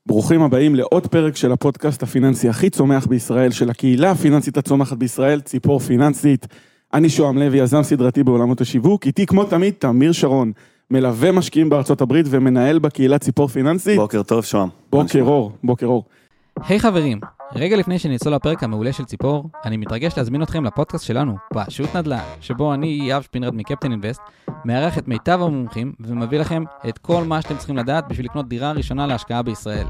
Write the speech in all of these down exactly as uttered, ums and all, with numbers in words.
ברוכים הבאים לעוד פרק של הפודקאסט הפיננסי הכי צומח בישראל, של הקהילה הפיננסית הצומחת בישראל, ציפור פיננסית. אני שוהם לוי, יזם סדרתי בעולמות השיווק, איתי כמו תמיד תמיר שרון, מלווה משקיעים בארצות הברית ומנהל בקהילה ציפור פיננסית. בוקר טוב שוהם. בוקר אור, בוקר אור. היי hey, חברים, רגע לפני שנצלול לפרק המעולה של ציפור, אני מתרגש להזמין אתכם לפודקאסט שלנו, פשוט נדל"ן, שבו אני, יאב שפינרד מקפטן אינבסט, מארח את מיטב המומחים ומביא לכם את כל מה שאתם צריכים לדעת בשביל לקנות דירה ראשונה להשקעה בישראל.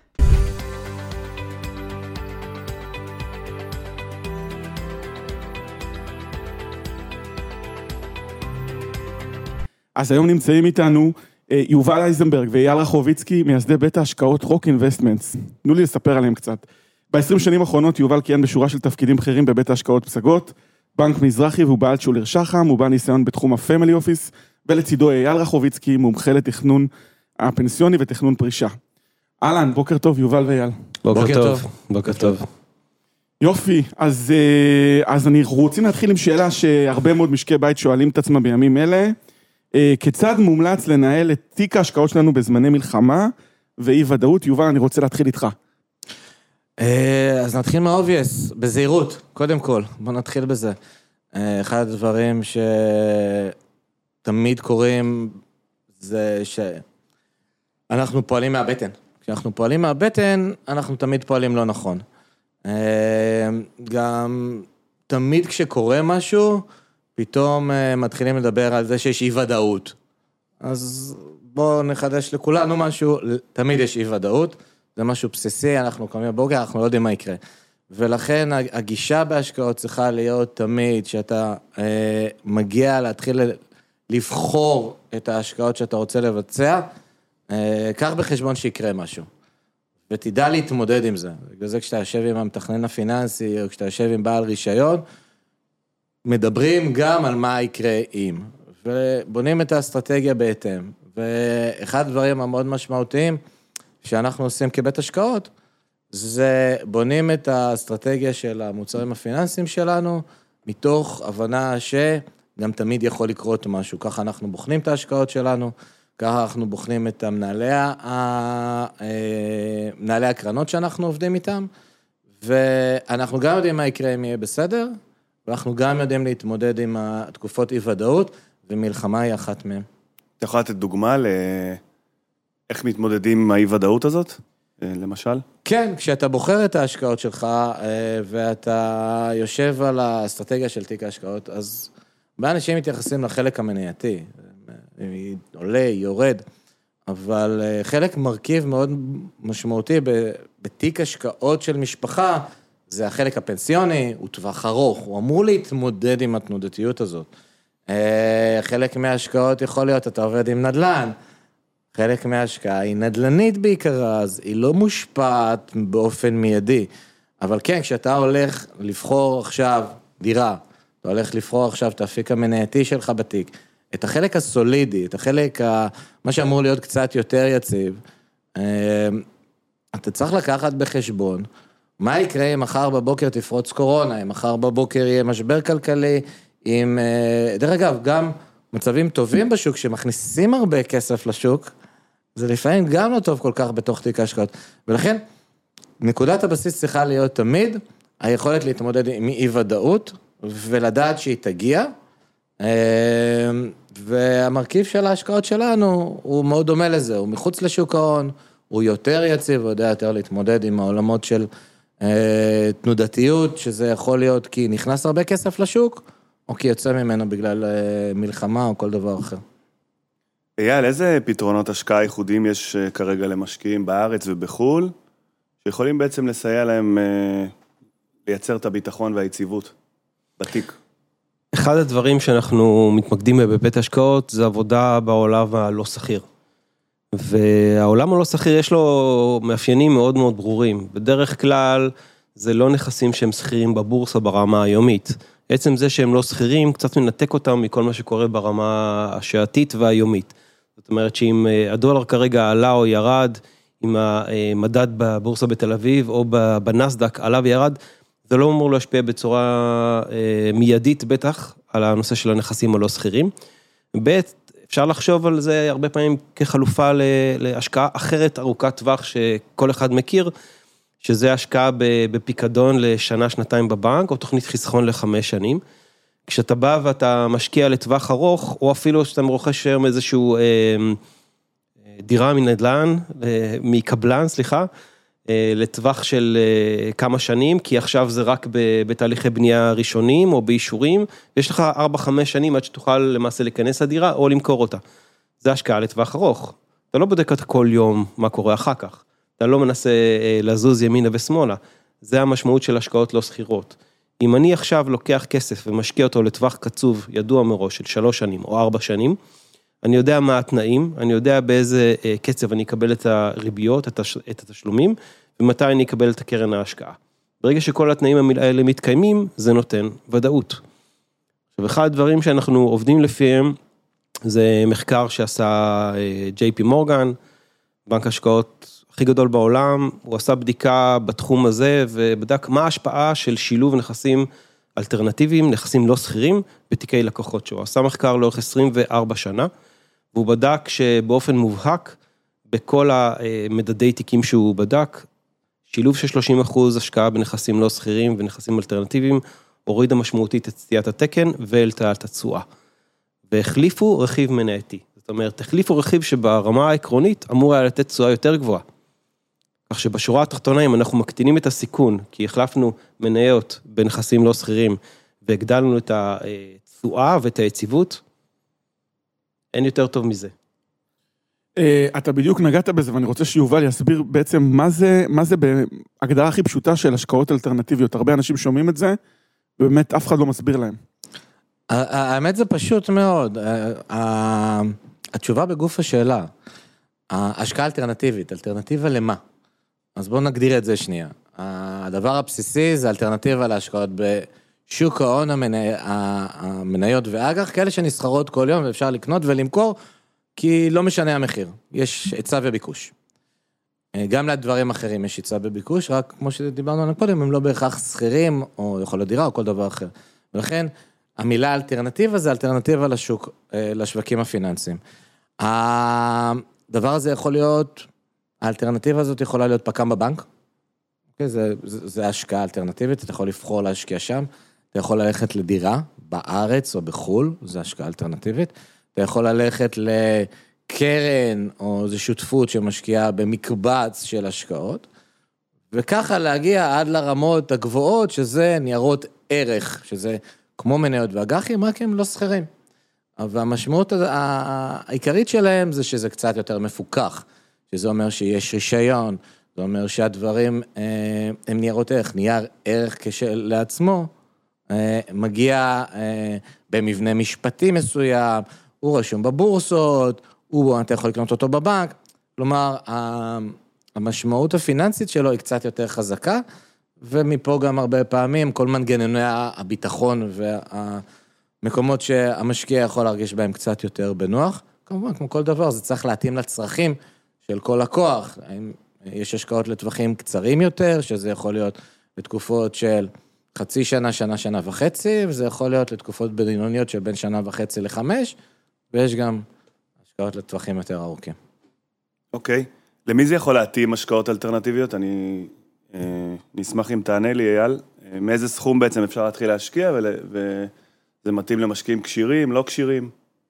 אז היום נמצאים איתנו יובל אייזנברג ואייל רחוביצקי, מייסדי בית ההשקעות רוק אינבסטמנטס. תנו לי לספר עליהם קצת. ב-עשרים שנים האחרונות יובל כיהן בשורה של תפקידים בכירים בבית ההשקעות פסגות, בנק מזרחי, והוא בעל שולר שחם, הוא בעל ניסיון בתחום הפמילי אופיס, ולצידו אייל רחוביצקי, מומחה לתכנון הפנסיוני ותכנון פרישה. אהלן, בוקר טוב יובל ואייל. בוקר, בוקר טוב. טוב. בוקר טוב. יופי, אז, אז אני רוצים להתחיל עם שאלה שהרבה מאוד משקי בית שואלים את עצמם בימים אלה. כיצד מומלץ לנהל את תיק ההשקעות שלנו בזמני מלחמה ואי ודאות? יובל, אני רוצה להתחיל איתך. אז נתחיל מהאובייס, בזהירות, קודם כל, בוא נתחיל בזה. אחד הדברים שתמיד קורים זה שאנחנו פועלים מהבטן. כשאנחנו פועלים מהבטן, אנחנו תמיד פועלים לא נכון. גם תמיד כשקורה משהו, פתאום מתחילים לדבר על זה שיש אי ודאות. אז בואו נחדש לכולנו משהו, תמיד יש אי ודאות, זה משהו בסיסי, אנחנו קמים בבוקר, אנחנו לא יודעים מה יקרה. ולכן הגישה בהשקעות צריכה להיות תמיד, שאתה אה, מגיע להתחיל לבחור את ההשקעות שאתה רוצה לבצע, אה, קח בחשבון שיקרה משהו, ותדע להתמודד עם זה. בגלל זה כשאתה יושב עם המתכנן הפיננסי, או כשאתה יושב עם בעל רישיון, מדברים גם על מה יקרה אם, ובונים את האסטרטגיה בהתאם. ואחד הדברים המאוד משמעותיים שאנחנו עושים כבית השקעות, זה בונים את האסטרטגיה של המוצרים הפיננסיים שלנו, מתוך הבנה שגם תמיד יכול לקרות משהו. ככה אנחנו בוחנים את ההשקעות שלנו, ככה אנחנו בוחנים את המנהלי, מנהלי הקרנות שאנחנו עובדים איתם, ואנחנו גם יודעים מה יקרה אם יהיה בסדר, ואנחנו גם יודעים להתמודד עם התקופות אי-ודאות, ומלחמה היא אחת מהן. אתה יכול לתת דוגמה לאיך מתמודדים עם האי-ודאות הזאת, למשל? כן, כשאתה בוחר את ההשקעות שלך, ואתה יושב על האסטרטגיה של תיק ההשקעות, אז הרבה אנשים מתייחסים לחלק המנייתי, עולה, יורד, אבל חלק מרכיב מאוד משמעותי בתיק השקעות של משפחה, זה החלק הפנסיוני, הוא טווח ארוך, הוא אמור להתמודד עם התנודתיות הזאת. חלק מההשקעות יכול להיות, אתה עובד עם נדל"ן, חלק מההשקעה היא נדל"נית בעיקרה, אז היא לא מושפעת באופן מיידי, אבל כן, כשאתה הולך לבחור עכשיו דירה, אתה הולך לבחור עכשיו את האפיק המנייתי שלך בתיק, את החלק הסולידי, את החלק, מה שאמור להיות קצת יותר יציב, אתה צריך לקחת בחשבון, מה יקרה אם מחר בבוקר תפרוץ קורונה, אם מחר בבוקר יהיה משבר כלכלי, אם, דרך אגב, גם מצבים טובים בשוק, שמכניסים הרבה כסף לשוק, זה לפעמים גם לא טוב כל כך בתוך תיק ההשקעות. ולכן, נקודת הבסיס צריכה להיות תמיד, היכולת להתמודד עם אי ודאות, ולדעת שהיא תגיע, והמרכיב של ההשקעות שלנו, הוא מאוד דומה לזה, הוא מחוץ לשוק ההון, הוא יותר יציב, הוא יודע יותר להתמודד עם העולמות של תנודתיות, שזה יכול להיות כי נכנס הרבה כסף לשוק, או כי יוצא ממנו בגלל מלחמה או כל דבר אחר. אייל, איזה פתרונות השקעה ייחודיים יש כרגע למשקיעים בארץ ובחול, שיכולים בעצם לסייע להם לייצר את הביטחון והיציבות בתיק? אחד הדברים שאנחנו מתמקדים בבית השקעות, זה עבודה בעולם הלא סחיר. והעולם הלא סחיר יש לו מאפיינים מאוד מאוד ברורים. בדרך כלל זה לא נכסים שהם סחירים בבורסה ברמה היומית. עצם זה שהם לא סחירים, קצת מנתק אותם מכל מה שקורה ברמה השעתית והיומית. זאת אומרת שאם הדולר כרגע עלה או ירד, אם המדד בבורסה בתל אביב או בנסדק עלה וירד, זה לא אמור להשפיע בצורה מיידית בטח על הנושא של הנכסים הלא סחירים. ב' אפשר לחשוב על זה הרבה פעמים כחלופה להשקעה אחרת ארוכת טווח שכל אחד מכיר, שזה השקעה בפיקדון לשנה, שנתיים בבנק, או תוכנית חיסכון לחמש שנים. כשאתה בא ואתה משקיע לטווח ארוך, או אפילו שאתה רוכש היום איזשהו דירה מנדל"ן, מקבלן, סליחה, לטווח של כמה שנים, כי עכשיו זה רק בתהליכי בנייה ראשונים או באישורים, ויש לך ארבע חמש שנים עד שתוכל למעשה להיכנס לדירה או למכור אותה. זה השקעה לטווח ארוך. אתה לא בודק את כל יום מה קורה אחר כך. אתה לא מנסה לזוז ימינה ושמאלה. זה המשמעות של השקעות לא סחירות. אם אני עכשיו לוקח כסף ומשקיע אותו לטווח קצוב, ידוע מראש של שלוש שנים או ארבע שנים, אני יודע מה התנאים, אני יודע באיזה קצב אני אקבל את הריביות, את התשלומים, ומתי אני אקבל את הקרן ההשקעה. ברגע שכל התנאים האלה מתקיימים, זה נותן ודאות. עכשיו, אחד הדברים שאנחנו עובדים לפיהם, זה מחקר שעשה ג'יי פי מורגן, בנק השקעות הכי גדול בעולם, הוא עשה בדיקה בתחום הזה, ובדק מה ההשפעה של שילוב נכסים אלטרנטיביים, נכסים לא סחירים, בתיקי לקוחות שלו. הוא עשה מחקר לאורך עשרים וארבע שנה, והוא בדק שבאופן מובהק, בכל המדדי תיקים שהוא בדק, שילוב של שלושים אחוז השקעה בנכסים לא סחירים ונכסים אלטרנטיביים, הורידה משמעותית את סטיית התקן והעלתה את התשואה. והחליפו רכיב מנייתי. זאת אומרת, החליפו רכיב שברמה העקרונית אמור היה לתת תשואה יותר גבוהה. כך שבשורה התחתונה, אם אנחנו מקטינים את הסיכון, כי החלפנו מניות בנכסים לא סחירים, והגדלנו את התשואה ואת היציבות, אין יותר טוב מזה. אתה בדיוק נגעת בזה, ואני רוצה שיובל יסביר בעצם מה זה, מה זה בהגדרה הכי פשוטה של השקעות אלטרנטיביות. הרבה אנשים שומעים את זה, ובאמת אף אחד לא מסביר להם. האמת זה פשוט מאוד. התשובה בגוף השאלה, ההשקעה אלטרנטיבית, אלטרנטיבה למה? אז בואו נגדיר את זה שנייה. הדבר הבסיסי זה אלטרנטיבה להשקעות בשוק ההון, המניות ואג"ח, כאלה שנסחרות כל יום ואפשר לקנות ולמכור, כי לא משנה המחיר, יש היצע וביקוש. גם לדברים אחרים יש היצע וביקוש, רק כמו שדיברנו עליהם קודם, הם לא בהכרח סחירים, או יכול להיות דירה, או כל דבר אחר. ולכן, המילה אלטרנטיבה זה אלטרנטיבה לשוק, לשווקים הפיננסיים. הדבר הזה יכול להיות, האלטרנטיבה הזאת יכולה להיות פקם בבנק, אוקיי, זה, זה, זה השקעה אלטרנטיבית, אתה יכול לבחור להשקיע שם, אתה יכול ללכת לדירה, בארץ או בחול, זה השקעה אלטרנטיבית, אתה יכול ללכת לקרן או איזו שותפות שמשקיעה במקבץ של השקעות, וככה להגיע עד לרמות הגבוהות, שזה ניירות ערך, שזה כמו מניות ואג"חים, רק הם לא סחירים. אבל המשמעות העיקרית שלהם זה שזה קצת יותר מפוקח, שזה אומר שיש רישיון, זה אומר שהדברים הם ניירות ערך, נייר ערך כשלעצמו, מגיע במבנה משפטי מסוים, הוא רשום בבורסות, הוא, אתה יכול לקנות אותו בבנק, כלומר, המשמעות הפיננסית שלו היא קצת יותר חזקה, ומפה גם הרבה פעמים, כל מנגנוני הביטחון והמקומות שהמשקיע יכול להרגיש בהם קצת יותר בנוח, כמובן, כמו כל דבר, זה צריך להתאים לצרכים של כל לקוח, יש השקעות לטווחים קצרים יותר, שזה יכול להיות בתקופות של חצי שנה, שנה, שנה וחצי, וזה יכול להיות לתקופות בינוניות של בין שנה וחצי לחמש, ויש גם השקעות לטווחים יותר ארוכים. אוקיי. למי זה יכול להתאים השקעות אלטרנטיביות? אני נשמח אם תענה לי, אייל. מאיזה סכום בעצם אפשר להתחיל להשקיע, וזה מתאים למשקיעים קשירים, לא קשירים?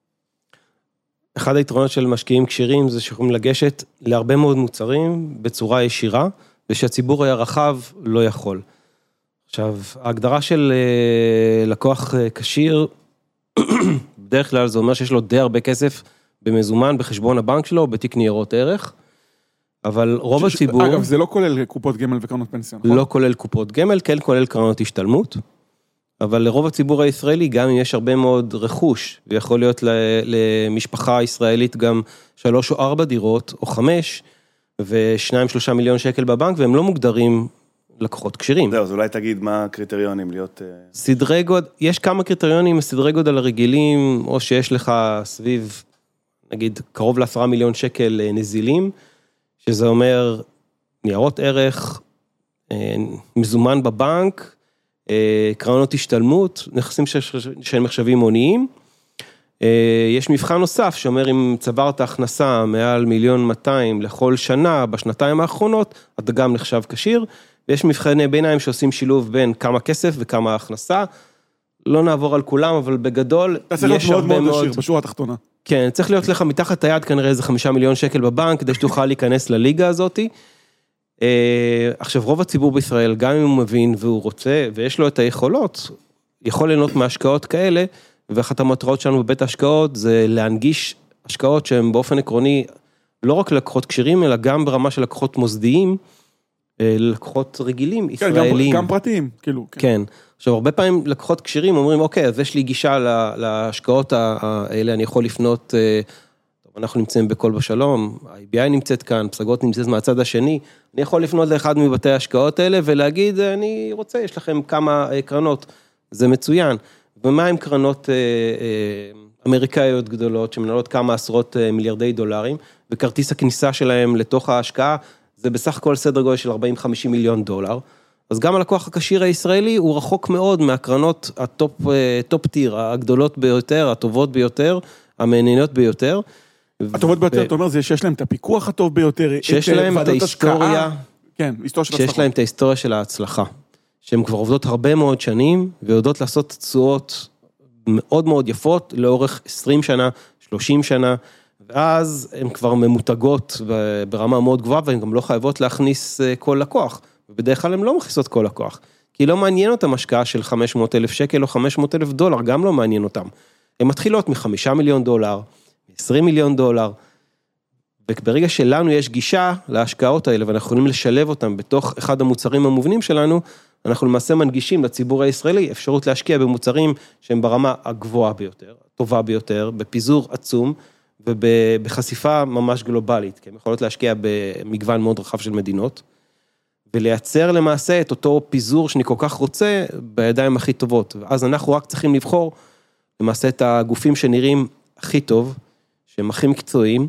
אחד היתרונות של משקיעים קשירים זה שיכולים לגשת להרבה מאוד מוצרים בצורה ישירה, ושהציבור היה רחב לא יכול. עכשיו, ההגדרה של לקוח קשיר, בדרך כלל זה אומר שיש לו די הרבה כסף במזומן בחשבון הבנק שלו, בתיק ניירות ערך, אבל רוב ש... הציבור... אגב, זה לא כולל קופות גמל וקרנות פנסיה, נכון? לא כולל קופות גמל, כן כולל קרנות השתלמות, אבל לרוב הציבור הישראלי, גם אם יש הרבה מאוד רכוש, ויכול להיות למשפחה הישראלית גם שלוש או ארבע דירות, או חמש, ושניים שלושה מיליון שקל בבנק, והם לא מוגדרים לקוחות קשירים. זהו, אז אולי תגיד מה הקריטריונים להיות... סדרי גוד, יש כמה קריטריונים, סדרי גודל הרגילים, או שיש לך סביב, נגיד, קרוב לעשרה מיליון שקל נזילים, שזה אומר ניירות ערך, מזומן בבנק, קרנות השתלמות, נכסים שהם מחשבים הוניים, יש מבחן נוסף שאומר אם צברת הכנסה מעל מיליון מאתיים לכל שנה בשנתיים האחרונות, אתה גם נחשב כשיר, ויש מבחני ביניים שעושים שילוב בין כמה כסף וכמה הכנסה, לא נעבור על כולם, אבל בגדול יש הרבה מאוד... מאוד עשיר, בשורה התחתונה. כן, צריך להיות לך מתחת היד כנראה איזה חמישה מיליון שקל בבנק, כדי שתוכל להיכנס לליגה הזאת. עכשיו, רוב הציבור בישראל, גם אם הוא מבין והוא רוצה, ויש לו את היכולות, יכול ליהנות מהשקעות כאלה, ואחת המטרות שלנו בבית ההשקעות, זה להנגיש השקעות שהן באופן עקרוני, לא רק לקוחות קשירים, אלא גם ברמה של לקוחות מוסדיים, לקוחות רגילים, ישראלים. גם פרטיים, כאילו. כן. עכשיו, הרבה פעמים לקוחות קשירים אומרים, אוקיי, אז יש לי גישה להשקעות האלה, אני יכול לפנות, אנחנו נמצאים בכל בשלום, ה-איי בי איי נמצאת כאן, פסגות נמצאת מהצד השני, אני יכול לפנות לאחד מבתי ההשקעות האלה, ולהגיד, אני רוצה, יש לכם כמה קרנות, זה מצוין. ומה עם קרנות אמריקאיות גדולות, שמנהלות כמה עשרות מיליארדי דולרים, וכרטיס הכניסה שלהם לתוך ההשקעה, זה בסך הכל סדר גודל של ארבעים חמישים מיליון דולר, אז גם הלקוח הקשיר הישראלי הוא רחוק מאוד מהקרנות הטופ, טופ טיר, הגדולות ביותר, הטובות ביותר, המעניינות ביותר. הטובות ביותר, אתה אומר, זה שיש להם את הפיקוח הטוב ביותר, שיש להם את ההיסטוריה, כן, היסטוריה של שיש להם את ההיסטוריה של ההצלחה, שהן כבר עובדות הרבה מאוד שנים, ויודעות לעשות תשואות מאוד מאוד יפות, לאורך עשרים שנה, שלושים שנה, ואז הן כבר ממותגות ברמה מאוד גבוהה, והן גם לא חייבות להכניס כל לקוח, ובדרך כלל הן לא מכניסות כל לקוח, כי לא מעניין אותם השקעה של חמש מאות אלף שקל או חמש מאות אלף דולר, גם לא מעניין אותם. הן מתחילות מחמישה מיליון דולר, עשרים מיליון דולר, וברגע שלנו יש גישה להשקעות האלה, ואנחנו יכולים לשלב אותם בתוך אחד המוצרים המובנים שלנו, אנחנו למעשה מנגישים לציבור הישראלי אפשרות להשקיע במוצרים שהם ברמה הגבוהה ביותר, הטובה ביותר, בפיזור עצום, ובחשיפה ממש גלובלית, כי הם יכולות להשקיע במגוון מאוד רחב של מדינות, ולייצר למעשה את אותו פיזור שאני כל כך רוצה בידיים הכי טובות, ואז אנחנו רק צריכים לבחור למעשה את הגופים שנראים הכי טוב, שהם הכי מקצועיים,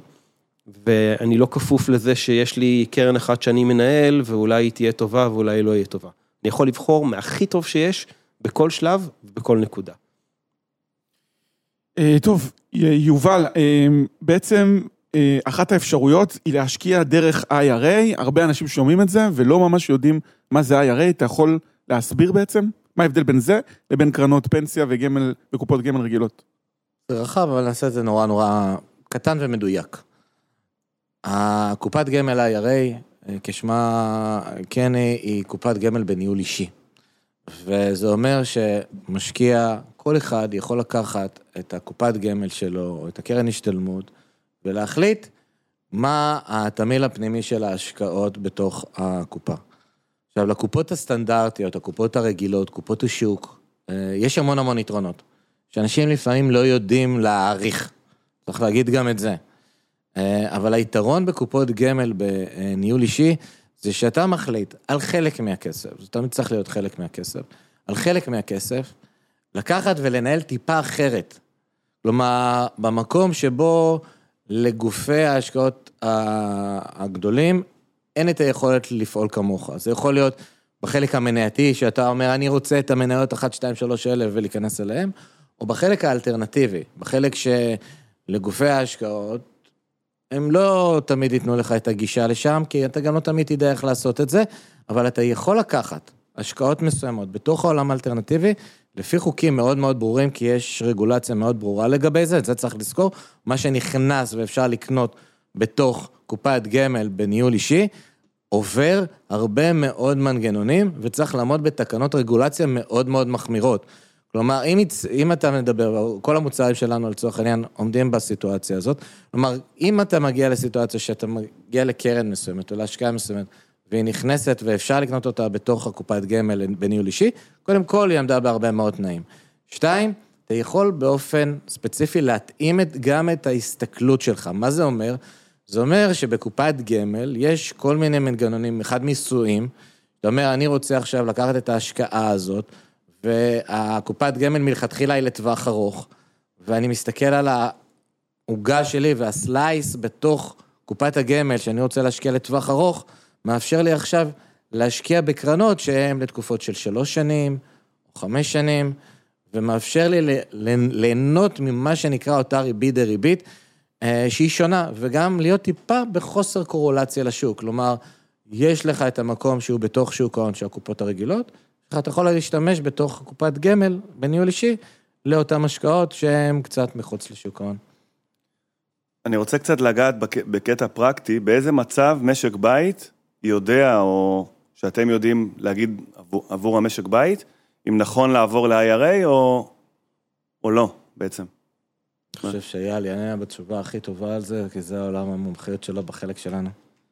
ואני לא כפוף לזה שיש לי קרן אחת שאני מנהל, ואולי היא תהיה טובה ואולי היא לא יהיה טובה. אני יכול לבחור מהכי טוב שיש, בכל שלב ובכל נקודה. טוב, יובל, בעצם אחת האפשרויות היא להשקיע דרך איי אר איי, הרבה אנשים שומעים את זה ולא ממש יודעים מה זה איי אר איי, אתה יכול להסביר בעצם מה ההבדל בין זה לבין קרנות פנסיה וגמל וקופות גמל רגילות? זה רחב, אבל נעשה את זה נורא נורא קטן ומדויק. הקופת גמל איי אר איי, כשמה כן היא קופת גמל בניהול אישי. וזה אומר שמשקיע, כל אחד יכול לקחת את הקופת גמל שלו, או את הקרן השתלמות, ולהחליט מה התמיל הפנימי של ההשקעות בתוך הקופה. עכשיו, לקופות הסטנדרטיות, הקופות הרגילות, קופות השוק, יש המון המון יתרונות, שאנשים לפעמים לא יודעים להעריך. צריך להגיד גם את זה. אבל היתרון בקופות גמל בניהול אישי, זה שאתה מחליט על חלק מהכסף, זה תמיד צריך להיות חלק מהכסף, על חלק מהכסף, לקחת ולנהל טיפה אחרת. כלומר, במקום שבו לגופי ההשקעות הגדולים, אין את היכולת לפעול כמוך. זה יכול להיות בחלק המנייתי, שאתה אומר, אני רוצה את המניות אחת, שתיים, שלוש אלף ולהיכנס אליהם, או בחלק האלטרנטיבי, בחלק שלגופי ההשקעות, הם לא תמיד ייתנו לך את הגישה לשם, כי אתה גם לא תמיד תדע איך לעשות את זה, אבל אתה יכול לקחת השקעות מסוימות בתוך העולם האלטרנטיבי, לפי חוקים מאוד מאוד ברורים, כי יש רגולציה מאוד ברורה לגבי זה, את זה צריך לזכור, מה שנכנס ואפשר לקנות בתוך קופת גמל בניהול אישי, עובר הרבה מאוד מנגנונים, וצריך לעמוד בתקנות רגולציה מאוד מאוד מחמירות. כלומר, אם, אם אתה מדבר, כל המוצרים שלנו לצורך העניין עומדים בסיטואציה הזאת, כלומר, אם אתה מגיע לסיטואציה שאתה מגיע לקרן מסוימת, או להשקעה מסוימת, והיא נכנסת ואפשר לקנות אותה בתוך הקופת גמל בניהול אישי, קודם כל היא עמדה בהרבה מאוד תנאים. שתיים, אתה יכול באופן ספציפי להתאים גם את ההסתכלות שלך. מה זה אומר? זה אומר שבקופת גמל יש כל מיני מנגנונים, אחד מיסויים, זאת אומרת, אני רוצה עכשיו לקחת את ההשקעה הזאת, והקופת גמל מלכתחילה היא לטווח ארוך, ואני מסתכל על העוגה שלי והסלייס בתוך קופת הגמל, שאני רוצה להשקיע לטווח ארוך, מאפשר לי עכשיו להשקיע בקרנות שהן לתקופות של שלוש שנים, או חמש שנים, ומאפשר לי ליהנות ממה שנקרא אותה ריבית דריבית, שהיא שונה, וגם להיות טיפה בחוסר קורולציה לשוק, כלומר, יש לך את המקום שהוא בתוך שוק ההון של הקופות הרגילות, אתה יכול להשתמש בתוך קופת גמל, בניהול אישי, לאותן השקעות שהן קצת מחוץ לשוק ההון. אני רוצה קצת לגעת בקטע פרקטי, באיזה מצב משק בית יודע, או שאתם יודעים להגיד עבור, עבור המשק בית, אם נכון לעבור ל-איי אר איי או, או לא, בעצם. אני חושב שאייל יענה בתשובה הכי טובה על זה, כי זה העולם המומחיות שלו בחלק שלנו.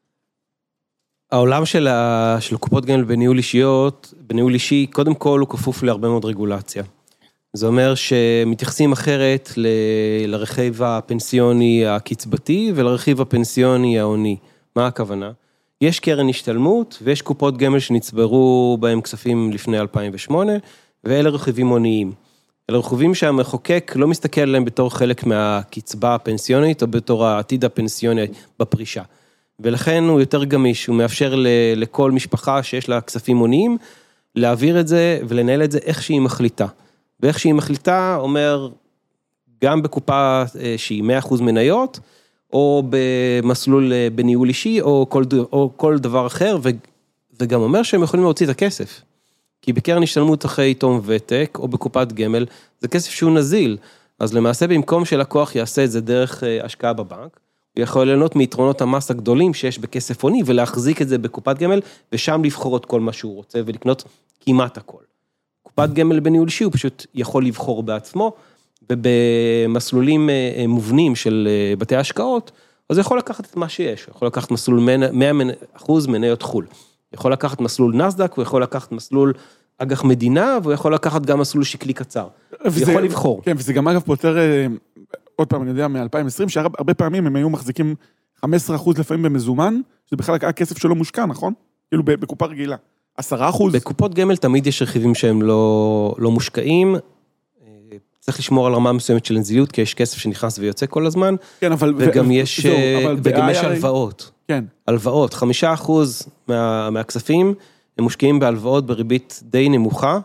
העולם של, ה... של קופות גמל בניהול אישיות, בניהול אישי, קודם כל הוא כפוף להרבה מאוד רגולציה. זה אומר שמתייחסים אחרת ל... לרכיב הפנסיוני הקצבתי ולרכיב הפנסיוני ההוני. מה הכוונה? יש קרן השתלמות ויש קופות גמל שנצברו בהם כספים לפני אלפיים ושמונה, ואלה רכיבים הוניים. אלה רכיבים שהמחוקק לא מסתכל עליהם בתור חלק מהקצבה הפנסיונית או בתור העתיד הפנסיוני בפרישה. ולכן הוא יותר גמיש, הוא מאפשר לכל משפחה שיש לה כספים הוניים, להעביר את זה ולנהל את זה איך שהיא מחליטה. ואיך שהיא מחליטה אומר, גם בקופה שהיא מאה אחוז מניות, או במסלול בניהול אישי, או כל, או כל דבר אחר, וגם אומר שהם יכולים להוציא את הכסף. כי בקרן השתלמות אחרי תום ותק, או בקופת גמל, זה כסף שהוא נזיל. אז למעשה במקום שלקוח יעשה את זה דרך השקעה בבנק, הוא יכול ליהנות מיתרונות המס הגדולים שיש בכסף הוני, ולהחזיק את זה בקופת גמל, ושם לבחור את כל מה שהוא רוצה, ולקנות כמעט הכל. קופת גמל בניהול אישי, הוא פשוט יכול לבחור בעצמו, ובמסלולים מובנים של בתי השקעות, אז הוא יכול לקחת את מה שיש, הוא יכול לקחת מסלול מאה אחוז מניות חול, הוא יכול לקחת מסלול נסדק, הוא יכול לקחת מסלול אג"ח מדינה, והוא יכול לקחת גם מסלול שקלי קצר, הוא יכול לבחור. כן, וזה גם אגב פותר, עוד פעם אני יודע, מ-אלפיים ועשרים, שהרבה פעמים הם היו מחזיקים חמישה עשר אחוז לפעמים במזומן, שזה בכלל הכסף שלו מושקע, נכון? כאילו בקופה רגילה. עשרה אחוז. בקופות גמל תמיד יש רכיבים שהם לא, לא מושקעים, צריך לשמור על רמה מסוימת של נזיליות, כי יש כסף שנכנס ויוצא כל הזמן, כן, אבל, וגם ו- יש, זו, אבל וגם יש ב-איי אר איי... הלוואות. כן. הלוואות, חמישה אחוז מה, מהכספים, הם מושקעים בהלוואות בריבית די נמוכה,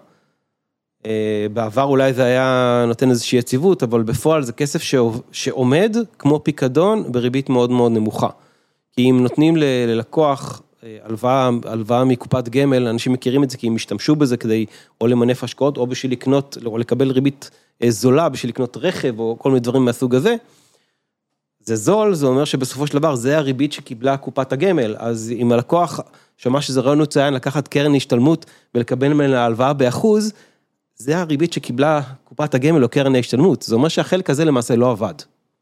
בעבר אולי זה היה נותן איזושהי יציבות, אבל בפועל זה כסף שעומד כמו פיקדון בריבית מאוד מאוד נמוכה. כי אם נותנים ללקוח הלוואה, הלוואה מקופת גמל, אנשים מכירים את זה כי הם משתמשו בזה כדי או למנף השקעות, או בשביל לקנות, או לקבל ריבית זולה, בשביל לקנות רכב, או כל מיני דברים מהסוג הזה. זה זול, זה אומר שבסופו של דבר זה הריבית שקיבלה קופת הגמל, אז אם הלקוח שמע שזה רעיון מצוין לקחת קרן השתלמות ולקבל ממנה הלוואה באחוז, זה הריבית שקיבלה קופת הגמל או קרן ההשתלמות, זה אומר שהחלק הזה למעשה לא עבד.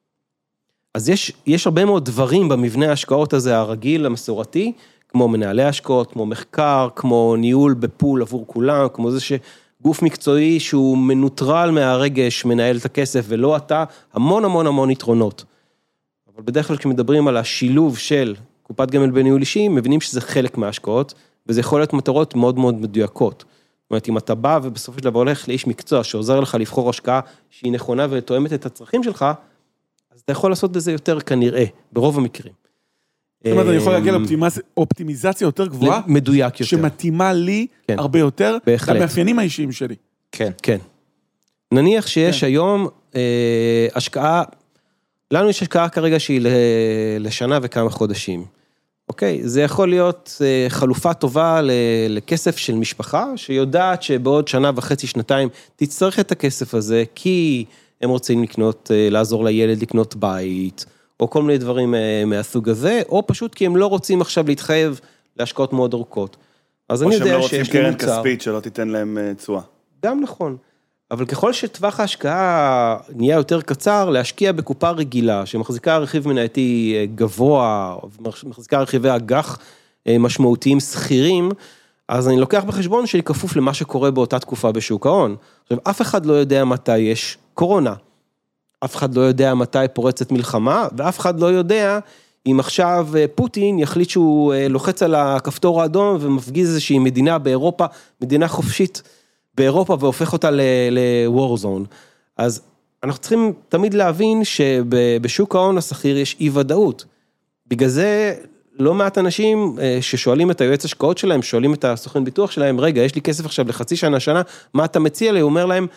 אז יש, יש הרבה מאוד דברים במבנה ההשקעות הזה הרגיל, המסורתי, כמו מנהלי השקעות, כמו מחקר, כמו ניהול בפול עבור כולם, כמו זה שגוף מקצועי שהוא מנוטרל מהרגש, מנהל את הכסף, ולא אתה, המון המון המון יתרונות. אבל בדרך כלל כשמדברים על השילוב של קופת גמל בניהול אישי, מבינים שזה חלק מההשקעות, וזה יכול להיות מטרות מאוד מאוד מדויקות. זאת אומרת, אם אתה בא ובסופו של דבר הולך לאיש מקצוע שעוזר לך לבחור השקעה שהיא נכונה ותואמת את הצרכים שלך, אז אתה יכול לעשות בזה יותר כנראה, ברוב המקרים. זאת אומרת, אני יכול להגיע לאופטימיזציה יותר גבוהה, מדויק יותר. שמתאימה לי הרבה יותר, למאפיינים האישיים שלי. כן. כן. נניח שיש היום השקעה, לנו יש השקעה כרגע שהיא לשנה וכמה חודשים. אוקיי, זה יכול להיות חלופה טובה לכסף של משפחה, שיודעת שבעוד שנה וחצי, שנתיים, תצטרך את הכסף הזה, כי הם רוצים לקנות, לעזור לילד לקנות בית, או כל מיני דברים מהסוג הזה, או פשוט כי הם לא רוצים עכשיו להתחייב להשקעות מאוד ארוכות. אז אני יודע שיש לי מוצר. או שהם לא רוצים קרן כספית שלא תיתן להם תשואה. גם נכון. אבל ככל שטווח ההשקעה נהיה יותר קצר, להשקיע בקופה רגילה, שמחזיקה רכיב מנייתי גבוה, מחזיקה רכיבי אג"ח משמעותיים סחירים, אז אני לוקח בחשבון שלי כפוף למה שקורה באותה תקופה בשוק ההון. עכשיו, אף אחד לא יודע מתי יש קורונה, אף אחד לא יודע מתי פורצת מלחמה, ואף אחד לא יודע אם עכשיו פוטין יחליט שהוא לוחץ על הכפתור האדום ומפגיז איזושהי מדינה באירופה, מדינה חופשית, באירופה והופך אותה ל-war zone. אז אנחנו צריכים תמיד להבין שבשוק ההון הסחיר יש אי ודאות. בגלל זה לא מעט אנשים ששואלים את היועץ השקעות שלהם, שואלים את הסוכן ביטוח שלהם, רגע, יש לי כסף עכשיו לחצי שנה, שנה, מה אתה מציע לי? הוא אומר להם,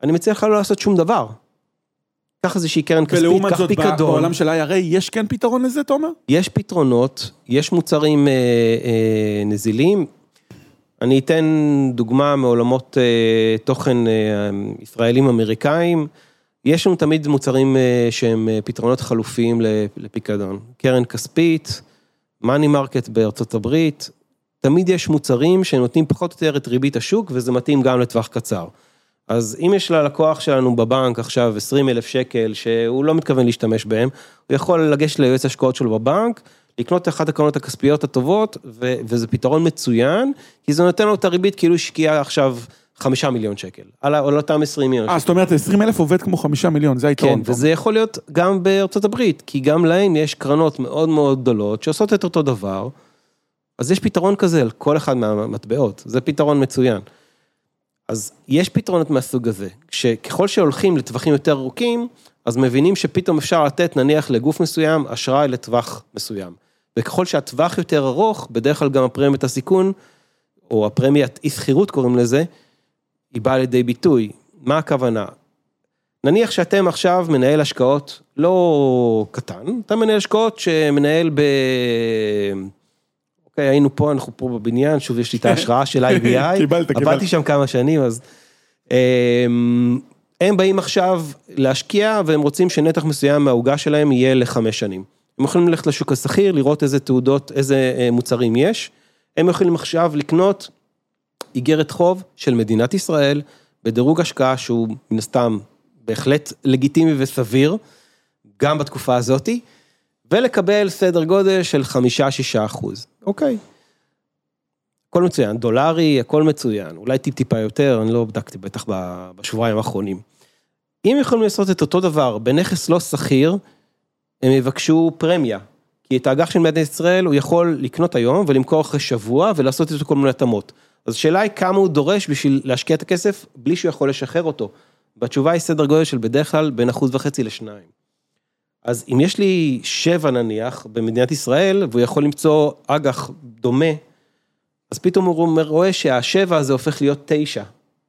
אני מציע לך לא לעשות שום דבר. קח איזושהי קרן כספית, קח פיקדון. ולעומת זאת, בעולם של ה-איי אר איי, יש כן פתרון לזה, תומר? יש פתרונות, יש מוצרים אה, אה, נזילים. אני אתן דוגמה מעולמות אה, תוכן אה, ישראלים אמריקאים. יש לנו תמיד מוצרים אה, שהם אה, פתרונות חלופיים לפיקדון. קרן כספית, מאני מרקט בארצות הברית, תמיד יש מוצרים שנותנים פחות או יותר את ריבית השוק, וזה מתאים גם לטווח קצר. אז אם יש ללקוח שלנו בבנק עכשיו עשרים אלף שקל, שהוא לא מתכוון להשתמש בהם, הוא יכול לגשת ליועץ השקעות שלו בבנק, לקנות אחת הקרנות הכספיות הטובות, ו- וזה פתרון מצוין, כי זה נותן לו את הריבית כאילו השקיע עכשיו חמישה מיליון שקל, על, על אותם עשרים מיליון שקל. אה, זאת אומרת, עשרים אלף עובד כמו חמישה מיליון, זה היתרון. כן, וזה יכול להיות גם בארצות הברית, כי גם להם יש קרנות מאוד מאוד גדולות, שעושות את אותו דבר, אז יש פתרון כזה על כל אחד מהמטבעות, זה פתרון מצוין. אז יש פתרונות מהסוג הזה, שככל שהולכים לטווחים יותר ארוכים, אז מבינים שפתאום אפשר לתת נניח לגוף מסוים, אשראי לטווח מסוים. וככל שהטווח יותר ארוך, בדרך כלל גם הפרמיית הסיכון, או הפרמיית אי-סחירות קוראים לזה, היא באה לידי ביטוי. מה הכוונה? נניח שאתם עכשיו מנהל השקעות לא קטן, אתה מנהל השקעות שמנהל ב... אוקיי, היינו פה, אנחנו פה בבניין, שוב יש לי את ההשראה של איי בי איי, קיבלת, קיבלת. עבדתי שם כמה שנים, אז הם באים עכשיו להשקיע, והם רוצים שנתח מסוים מההוגה שלהם יהיה לחמש שנים. הם יכולים ללכת לשוק הסחיר, לראות איזה תעודות, איזה מוצרים יש, הם יכולים עכשיו לקנות איגרת חוב של מדינת ישראל, בדירוג השקעה שהוא מן הסתם בהחלט לגיטימי וסביר, גם בתקופה הזאת, ולקבל סדר גודל של חמישה שישה אחוז. אוקיי. הכל מצוין, דולרי, הכל מצוין, אולי טיפ טיפה יותר, אני לא בדקתי בטח בשבועיים האחרונים. אם יכולים לעשות את אותו דבר בנכס לא סחיר, הם יבקשו פרמיה, כי את האג"ח של מדינת ישראל הוא יכול לקנות היום ולמכור אחרי שבוע ולעשות את כל מיני התאמות. אז השאלה היא כמה הוא דורש בשביל להשקיע את הכסף בלי שהוא יכול לשחרר אותו. והתשובה היא סדר גודל של בדרך כלל בין אחוז וחצי לשניים. אז אם יש לי שבע נניח במדינת ישראל, והוא יכול למצוא אג"ח דומה, אז פתאום הוא רואה שהשבע הזה הופך להיות תשע.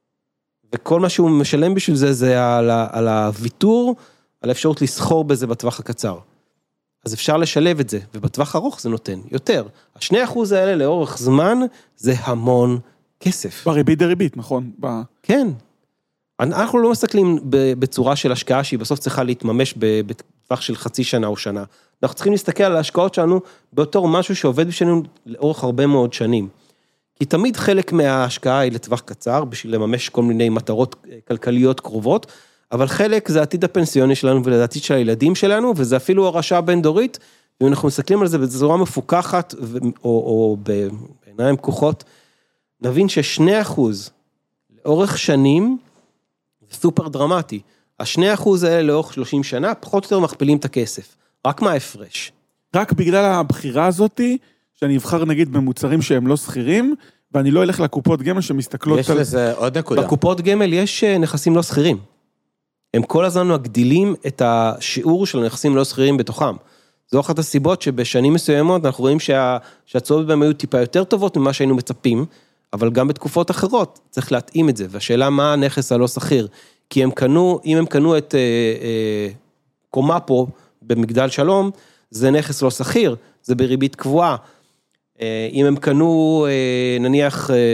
וכל מה שהוא משלם בשביל זה, זה על, על הוויתור, על האפשרות לסחור בזה בטווח הקצר. אז אפשר לשלב את זה, ובטווח ארוך זה נותן יותר. השני אחוז האלה לאורך זמן, זה המון כסף. בריבית דריבית, נכון? ב... כן. אנחנו לא מסתכלים בצורה של השקעה, שהיא בסוף צריכה להתממש בטווח של חצי שנה או שנה. אנחנו צריכים להסתכל על ההשקעות שלנו, בתור משהו שעובד בשביל לאורך הרבה מאוד שנים. כי תמיד חלק מההשקעה היא לטווח קצר, בשביל לממש כל מיני מטרות כלכליות קרובות, אבל חלק זה העתיד הפנסיוני שלנו, ולעתיד של הילדים שלנו, וזה אפילו הרשעה בין דורית, ואם אנחנו מסתכלים על זה בצורה מפוקחת, או, או בעיניים פקוחות, נבין ששני אחוז לאורך שנים, זה סופר דרמטי. השני אחוז האלה לאורך שלושים שנה, פחות או יותר מכפילים את הכסף. רק מה ההפרש? רק בגלל הבחירה הזאת, שאני אבחר נגיד במוצרים שהם לא סחירים, ואני לא אלך לקופות גמל שמסתכלות יש על... לזה עוד נקודה. בקופות גמל יש נכסים לא סחירים. הם כל הזמן מגדילים את השיעור של הנכסים לא סחירים בתוכם. זו אחת הסיבות שבשנים מסוימות אנחנו רואים שה... שהצעות בהם היו טיפה יותר טובות ממה שהיינו מצפים, אבל גם בתקופות אחרות צריך להתאים את זה, והשאלה מה הנכס הלא סחיר, כי הם קנו, אם הם קנו את אה, אה, קומה פה במגדל שלום, זה נכס לא סחיר, זה בריבית קבועה, אה, אם הם קנו אה, נניח אה,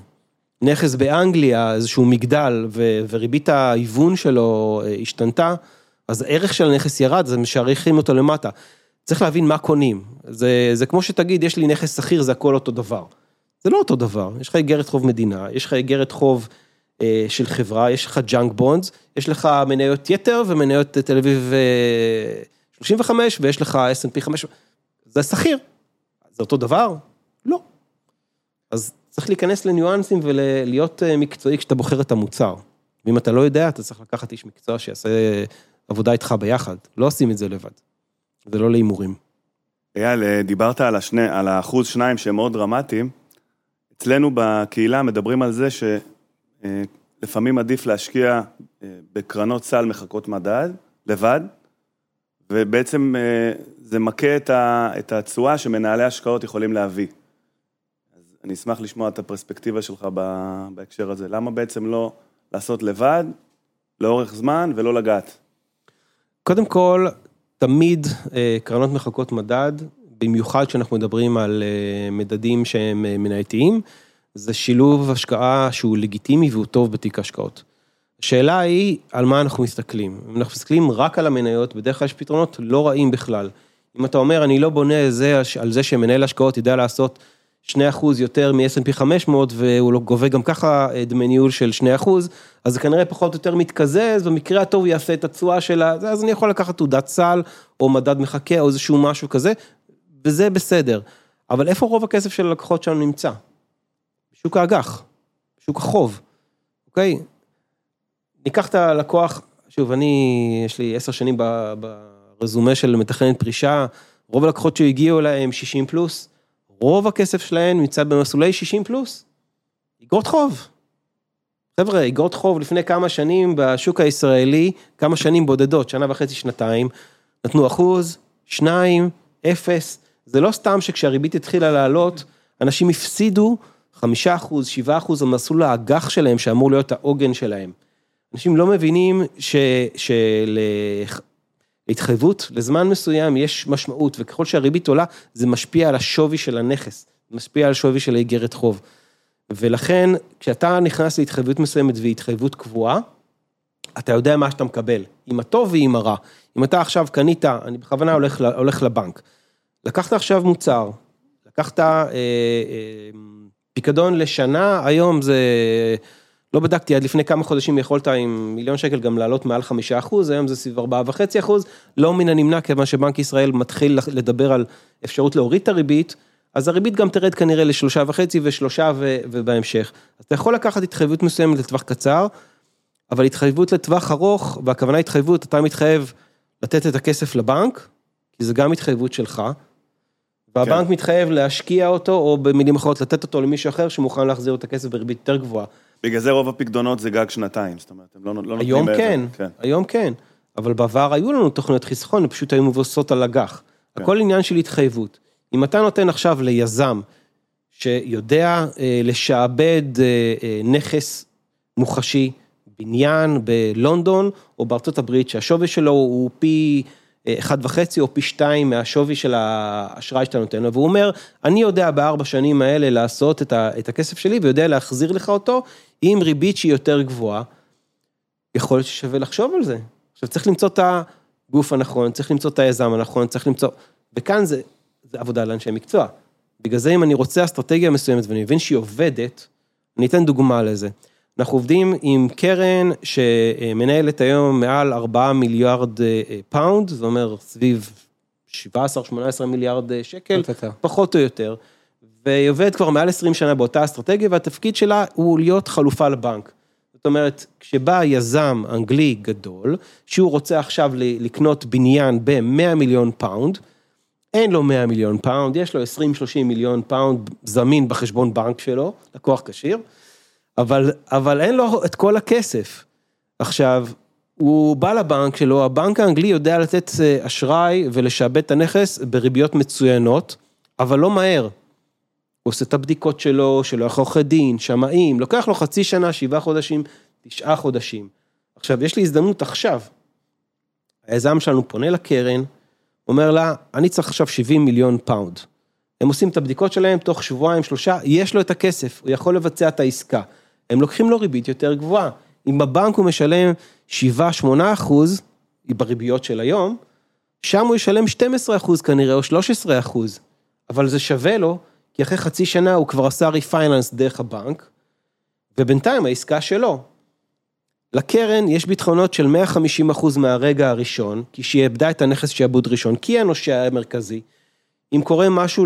נכס באנגליה, איזשהו מגדל, ו, וריבית ההיוון שלו אה, השתנתה, אז הערך של הנכס ירד, אז משעריכים אותו למטה, צריך להבין מה קונים, זה, זה כמו שתגיד, יש לי נכס סחיר, זה הכל אותו דבר. זה לא אותו דבר, יש לך איגרת חוב מדינה, יש לך איגרת חוב אה, של חברה, יש לך ג'אנק בונדס, יש לך מניות יתר ומניות תל אביב אה, שלושים וחמש, ויש לך אס אנד פי חמש, זה סחיר, זה אותו דבר? לא. אז צריך להיכנס לניואנסים ולהיות מקצועי כשאתה בוחר את המוצר. ואם אתה לא יודע, אתה צריך לקחת איש מקצוע שיעשה עבודה איתך ביחד, לא עושים את זה לבד, זה לא להימורים. אייל, דיברת על, השני, על האחוז שניים שהם מאוד דרמטיים, אצלנו בקהילה מדברים על זה שלפעמים עדיף להשקיע בקרנות סל מחכות מדד, לבד, ובעצם זה מכה את התשואה שמנהלי השקעות יכולים להביא. אז אני אשמח לשמוע את הפרספקטיבה שלך בהקשר הזה. למה בעצם לא לעשות לבד, לאורך זמן ולא לגעת. קודם כל, תמיד קרנות מחלקות מדד, במיוחד כשאנחנו מדברים על מדדים שהם מנייתיים, זה שילוב השקעה שהוא לגיטימי והוא טוב בתיק השקעות. השאלה היא על מה אנחנו מסתכלים. אם אנחנו מסתכלים רק על המניות, בדרך כלל יש פתרונות לא רעים בכלל. אם אתה אומר, אני לא בונה על זה שמנהל השקעות ידע לעשות שני אחוז יותר מ-אס אנד פי חמש מאות, והוא לא גובה גם ככה דמי ניהול של שני אחוז, אז זה כנראה פחות או יותר מתקזז, במקרה הטוב יעשה את התשואה שלה, אז אני יכול לקחת תעודת סל, או מדד מחכה, או איזשהו משהו כזה, וזה בסדר. אבל איפה רוב הכסף של הלקוחות שלנו נמצא? בשוק האג"ח, בשוק החוב, אוקיי? ניקח את הלקוח, שוב, אני, יש לי עשר שנים ברזומה של מתכננת פרישה, רוב הלקוחות שהגיעו אליהם שישים פלוס, רוב הכסף שלהם נמצא במסלולי שישים פלוס, אגרות חוב. חבר'ה, אגרות חוב לפני כמה שנים בשוק הישראלי, כמה שנים בודדות, שנה וחצי, שנתיים, נתנו אחוז, שניים, אפס, זה לא סתם שכשהריבית התחילה לעלות, אנשים הפסידו חמישה אחוז, שבעה אחוז, המסלול האג"ח שלהם, שאמור להיות העוגן שלהם. אנשים לא מבינים שלהתחייבות, לזמן מסוים יש משמעות, וככל שהריבית עולה, זה משפיע על השווי של הנכס, זה משפיע על שווי של האגרת חוב. ולכן, כשאתה נכנס להתחייבות מסוימת והתחייבות קבועה, אתה יודע מה שאתה מקבל, עם הטוב ועם הרע. אם אתה עכשיו קנית, אני בכוונה הולך, הולך לבנק, לקחת עכשיו מוצר, לקחת אה, אה, פיקדון לשנה, היום זה, לא בדקתי, עד לפני כמה חודשים יכולת עם מיליון שקל גם לעלות מעל חמישה אחוז, היום זה סביב ארבעה וחצי אחוז, לא מן הנמנע, כיוון שבנק ישראל מתחיל לדבר על אפשרות להוריד את הריבית, אז הריבית גם תרד כנראה לשלושה וחצי ושלושה ו, ובהמשך. אז אתה יכול לקחת התחייבות מסוימת לטווח קצר, אבל התחייבות לטווח ארוך, והכוונה התחייבות, אתה מתחייב לתת את הכסף לבנק, כי זה גם התחייבות שלך, והבנק כן. מתחייב להשקיע אותו, או במילים אחרות לתת אותו למישהו אחר, שמוכן להחזיר את הכסף בריבית יותר גבוהה. בגלל זה רוב הפקדונות זה גג שנתיים, זאת אומרת, הם לא, לא נותנים היום כן, כן, היום כן, אבל בעבר היו לנו תוכניות חיסכון, הם פשוט היו מבוססות על אג"ח. כן. הכל עניין של התחייבות. אם אתה נותן עכשיו ליזם, שיודע אה, לשעבד אה, אה, נכס מוחשי, בניין בלונדון, או בארצות הברית, שהשווי שלו הוא פי אחד וחצי, או פי שתיים מהשווי של האשראי שאתה נותן לו, והוא אומר, אני יודע בארבע שנים האלה לעשות את, ה, את הכסף שלי, ויודע להחזיר לך אותו, עם ריבית שהיא יותר גבוהה, יכול להיות ששווה לחשוב על זה. עכשיו, צריך למצוא את הגוף הנכון, צריך למצוא את היזם הנכון, צריך למצוא, וכאן זה, זה עבודה לאנשי מקצוע. בגלל זה, אם אני רוצה אסטרטגיה מסוימת, ואני מבין שהיא עובדת, אני אתן דוגמה לזה. אנחנו עובדים עם קרן שמנהלת היום מעל ארבעה מיליארד פאונד, זאת אומרת סביב שבע עשרה שמונה עשרה מיליארד שקל, פחות או יותר, והיא עובדת כבר מעל עשרים שנה באותה אסטרטגיה, והתפקיד שלה הוא להיות חלופה לבנק. זאת אומרת, כשבא יזם אנגלי גדול, שהוא רוצה עכשיו לקנות בניין ב-מאה מיליון פאונד, אין לו מאה מיליון פאונד, יש לו עשרים שלושים מיליון פאונד זמין בחשבון בנק שלו, לקוח כשיר, אבל, אבל אין לו את כל הכסף. עכשיו, הוא בא לבנק שלו, הבנק האנגלי יודע לתת אשראי ולשעבד את הנכס בריביות מצוינות, אבל לא מהר. הוא עושה את הבדיקות שלו, שלו אחרי עורכי דין, שמאים, לוקח לו חצי שנה, שבעה חודשים, תשעה חודשים. עכשיו, יש לי הזדמנות עכשיו. היזם שלנו פונה לקרן, אומר לה, אני צריך עכשיו שבעים מיליון פאונד. הם עושים את הבדיקות שלהם תוך שבועיים, שלושה, יש לו את הכסף, הוא יכול לבצע את העסקה. הם לוקחים לו ריבית יותר גבוהה. אם בבנק הוא משלם שבעה שמונה אחוז, בריביות של היום, שם הוא ישלם שנים עשר אחוז כנראה, או שלושה עשר אחוז. אבל זה שווה לו, כי אחרי חצי שנה הוא כבר עשה ריפייננס דרך הבנק, ובינתיים העסקה שלו. לקרן יש ביטחונות של מאה וחמישים אחוז מהרגע הראשון, כי שהיא איבדה את הנכס שעבוד ראשון, כי הנושא המרכזי. אם קורה משהו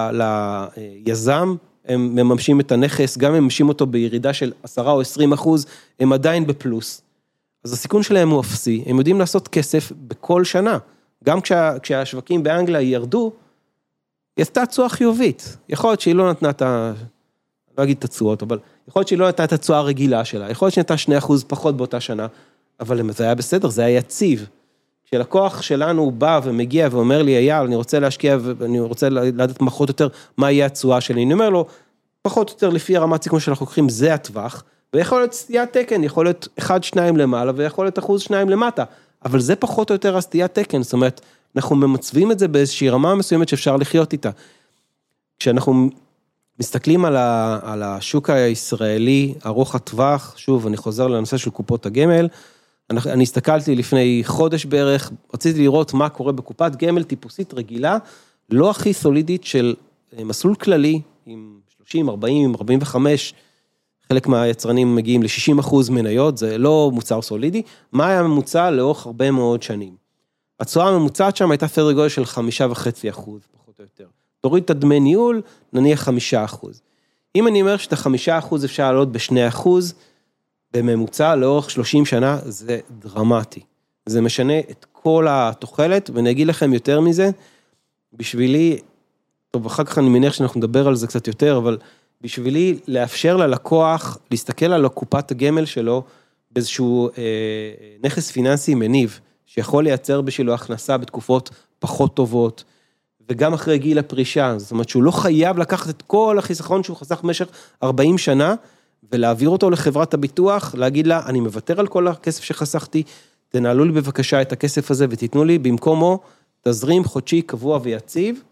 ליזם, הם מממשים את הנכס, גם הם מממשים אותו בירידה של עשרה או עשרים אחוז, הם עדיין בפלוס. אז הסיכון שלהם הוא אפסי, הם יודעים לעשות כסף בכל שנה. גם כשה, כשהשווקים באנגליה ירדו, היא עשתה תשואה חיובית. יכול להיות שהיא לא נתנה את ה... לא אגיד את התשואות, אבל יכול להיות שהיא לא נתנה את התשואה הרגילה שלה, יכול להיות שנתנה שני אחוז פחות באותה שנה, אבל זה היה בסדר, זה היה יציב. כשלקוח שלנו בא ומגיע ואומר לי, אייל, אני רוצה להשקיע ואני רוצה לדעת פחות יותר מה יהיה התשואה שלי, אני אומר לו, פחות או יותר לפי הרמת סיכון שאנחנו לוקחים, זה הטווח, ויכול להיות סטיית תקן, יכול להיות אחד, שניים למעלה, ויכול להיות אחוז, שניים למטה, אבל זה פחות או יותר הסטיית תקן, זאת אומרת, אנחנו ממצבים את זה באיזושהי רמה מסוימת שאפשר לחיות איתה. כשאנחנו מסתכלים על, ה, על השוק הישראלי, ארוך הטווח, שוב, אני חוזר לנושא של קופות הגמל, אני, אני הסתכלתי לפני חודש בערך, רציתי לראות מה קורה בקופת גמל טיפוסית רגילה, לא הכי סולידית של מסלול כללי, עם שלושים, ארבעים, ארבעים וחמש, חלק מהיצרנים מגיעים ל-שישים אחוז מניות, זה לא מוצר סולידי, מה היה ממוצע לאורך הרבה מאוד שנים? התשואה הממוצעת שם הייתה סדר גודל של חמישה וחצי אחוז, פחות או יותר. תוריד את הדמי ניהול, נניח חמישה אחוז. אם אני אומר שאת החמישה אחוז אפשר לעלות בשני אחוז, בממוצע לאורך שלושים שנה, זה דרמטי. זה משנה את כל התוחלת, ואני אגיד לכם יותר מזה, בשבילי, טוב, אחר כך אני מניח שאנחנו נדבר על זה קצת יותר, אבל בשבילי לאפשר ללקוח, להסתכל על קופת הגמל שלו, באיזשהו אה, נכס פיננסי מניב, שיכול לייצר בשבילו הכנסה בתקופות פחות טובות, וגם אחרי גיל הפרישה, זאת אומרת שהוא לא חייב לקחת את כל החיסכון שהוא חסך במשך ארבעים שנה, ולהעביר אותו לחברת הביטוח, להגיד לה, אני מוותר על כל הכסף שחסכתי, תנהלו לי בבקשה את הכסף הזה, ותיתנו לי במקומו תזרים חודשי קבוע ויציב,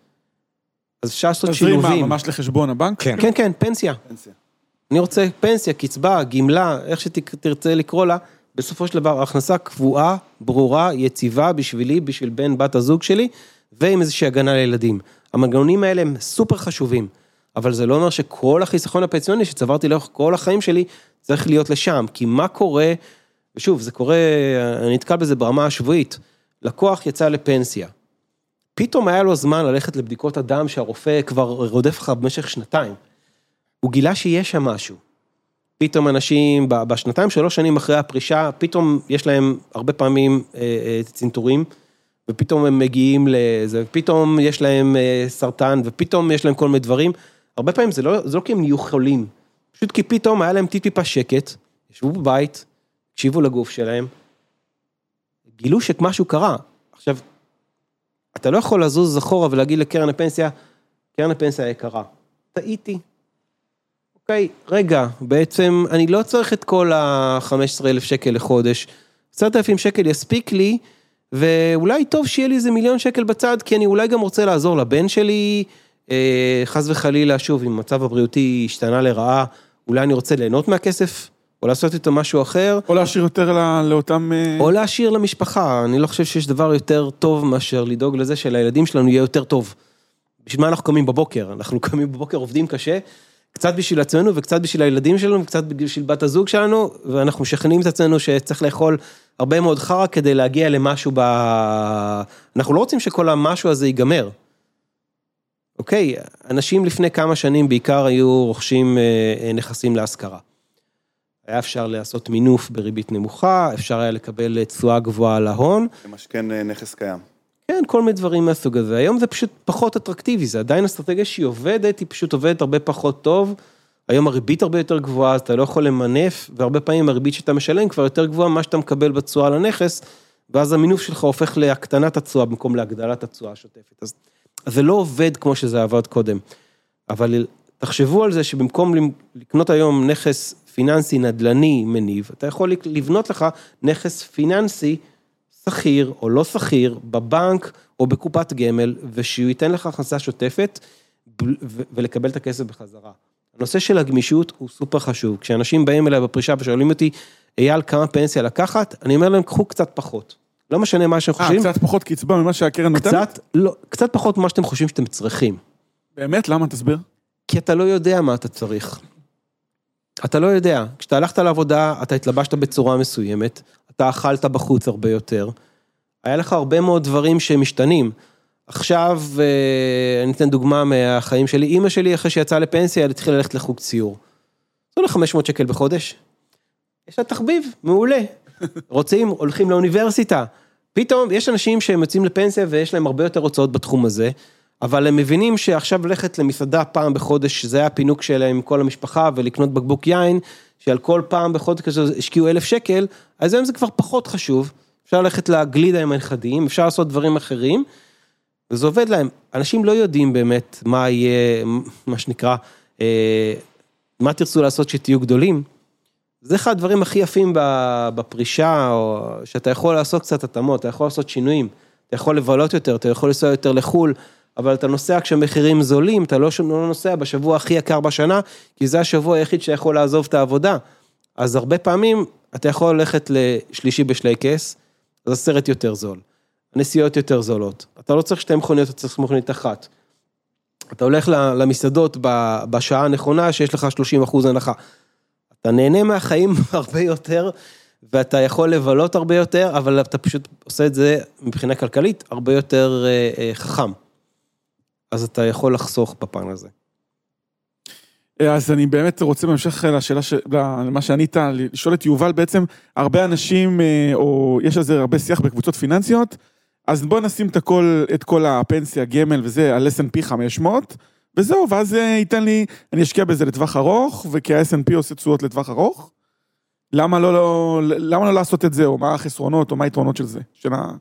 אז אפשר לעשות שילובים. תזרים מה, ממש לחשבון הבנק? כן, כן, כן, פנסיה. פנסיה. אני רוצה פנסיה, קצבה, גמלה, איך שתרצה לקרוא לה, בסופו של דבר, הכנסה קבועה, ברורה, יציבה בשבילי, בשביל בן בת הזוג שלי, ועם איזושהי הגנה לילדים. המנגנונים האלה הם סופר חשובים, אבל זה לא אומר שכל החיסכון הפנסיוני שצברתי לאורך כל החיים שלי, צריך להיות לשם, כי מה קורה, ושוב, זה קורה, אני נתקל בזה ברמה השבועית, לקוח יצא לפנסיה, פתאום היה לו זמן ללכת לבדיקות הדם שהרופא כבר רודף לך במשך שנתיים, הוא גילה שיש שם משהו, פתאום אנשים, בשנתיים, שלוש שנים אחרי הפרישה, פתאום יש להם הרבה פעמים צנתורים, ופתאום הם מגיעים לזה, ופתאום יש להם סרטן, ופתאום יש להם כל מיני דברים, הרבה פעמים זה לא, זה לא כי הם נהיו חולים, פשוט כי פתאום היה להם טיפה שקט, ישבו בבית, הקשיבו לגוף שלהם, גילו שמשהו קרה. עכשיו, אתה לא יכול לזוז אחורה ולהגיד לקרן הפנסיה, קרן הפנסיה היקרה, טעיתי. אוקיי, רגע, בעצם אני לא צריך את כל ה-חמישה עשר אלף שקל לחודש, עשרת אלפים שקל יספיק לי, ואולי טוב שיהיה לי איזה מיליון שקל בצד, כי אני אולי גם רוצה לעזור לבן שלי, אה, חס וחלילה, שוב, אם מצב הבריאותי השתנה לרעה, אולי אני רוצה ליהנות מהכסף, או לעשות איתו משהו אחר. או להשאיר יותר לא, לאותם... או להשאיר למשפחה, אני לא חושב שיש דבר יותר טוב מאשר לדאוג לזה שלילדים שלנו יהיה יותר טוב. בשביל מה אנחנו קמים בבוקר? אנחנו קמים בבוקר, עובדים קשה, קצת בשביל עצמנו וקצת בשביל הילדים שלנו, וקצת בשביל בת הזוג שלנו, ואנחנו משכנעים את עצמנו שצריך לאכול הרבה מאוד חרה כדי להגיע למשהו ב... אנחנו לא רוצים שכל המשהו הזה ייגמר. אוקיי, אנשים לפני כמה שנים בעיקר היו רוכשים נכסים להשכרה. היה אפשר לעשות מינוף בריבית נמוכה, אפשר היה לקבל תשואה גבוהה על ההון. למשכן נכס קיים. כן, כל מיני דברים מהסוג הזה. היום זה פשוט פחות אטרקטיבי, זה עדיין אסטרטגיה שהיא עובדת, היא פשוט עובדת הרבה פחות טוב. היום הריבית הרבה יותר גבוהה, אז אתה לא יכול למנף, והרבה פעמים הריבית שאתה משלם כבר יותר גבוהה ממה שאתה מקבל בתשואה על הנכס, ואז המינוף שלך הופך להקטנת התשואה במקום להגדלת התשואה השוטפת. אז, אז זה לא עובד כמו שזה עבד קודם. אבל תחשבו על זה שבמקום לקנות היום נכס פיננסי נדל"ני מניב, אתה יכול לבנות לך נכס פיננסי שכיר או לא שכיר בבנק או בקופת גמל, ושהוא ייתן לך הכנסה שוטפת ולקבל את הכסף בחזרה. הנושא של הגמישות הוא סופר חשוב. כשאנשים באים אליי בפרישה ושואלים אותי, אייל, כמה פנסיה לקחת? אני אומר להם, קחו קצת פחות. לא משנה מה שהם חושבים. אה, קצת פחות קצבה ממה שהקרן נותנת? קצת, לא, קצת פחות ממה שאתם חושבים שאתם צריכים. באמת? למה? תסביר. כי אתה לא יודע מה אתה צריך. אתה לא יודע. כשאתה הלכת לעבודה, אתה התלבשת בצורה מסוימת, אתה אכלת בחוץ הרבה יותר. היה לך הרבה מאוד דברים שמשתנים. עכשיו, אני אתן דוגמה מהחיים שלי. אמא שלי, אחרי שיצאה לפנסיה, התחילה ללכת לחוג ציור. זה עולה חמש מאות שקל בחודש. יש לה תחביב, מעולה. רוצים, הולכים לאוניברסיטה. פתאום, יש אנשים שהם יוצאים לפנסיה, ויש להם הרבה יותר הוצאות בתחום הזה, אבל הם מבינים שעכשיו ללכת למסעדה פעם בחודש, שזה היה הפינוק שלהם עם כל המשפחה, ולקנות בקבוק יין, שעל כל פעם בחודש כזה השקיעו אלף שקל, אז היום זה כבר פחות חשוב. אפשר ללכת לגלידה עם הנכדים, אפשר לעשות דברים אחרים, וזה עובד להם. אנשים לא יודעים באמת מה יהיה, מה שנקרא, מה תרצו לעשות שתהיו גדולים, זה אחד הדברים הכי יפים בפרישה, או שאתה יכול לעשות קצת התאמות, אתה יכול לעשות שינויים, אתה יכול לבלות יותר, אתה יכול לנסוע יותר לחול, אבל אתה נוסע כשמחירים זולים, אתה לא נוסע בשבוע הכי יקר בשנה, כי זה השבוע היחיד שיכול לעזוב את העבודה. אז הרבה פעמים אתה יכול ללכת לשלישי בשלייקס, אז הסרט יותר זול, הנסיעות יותר זולות, אתה לא צריך שתי מכוניות, אתה צריך מכונית אחת. אתה הולך למסעדות בשעה הנכונה, שיש לך שלושים אחוז הנחה. אתה נהנה מהחיים הרבה יותר, ואתה יכול לבלות הרבה יותר, אבל אתה פשוט עושה את זה מבחינה כלכלית, הרבה יותר חכם. אז אתה יכול לחסוך בפן הזה. אז אני באמת רוצה בהמשך לשאלה, למה שענית, לשאול את יובל, בעצם הרבה אנשים, או יש על זה הרבה שיח בקבוצות פיננסיות, אז בואו נשים את כל, את כל הפנסיה, גמל וזה, על אס אנד פי חמש מאות, וזהו, ואז ייתן לי, אני אשקיע בזה לטווח ארוך, וכי ה-אס אנד פי עושה תשואות לטווח ארוך, למה לא, לא, למה לא לעשות את זה, או מה החסרונות, או מה היתרונות של זה? של ה...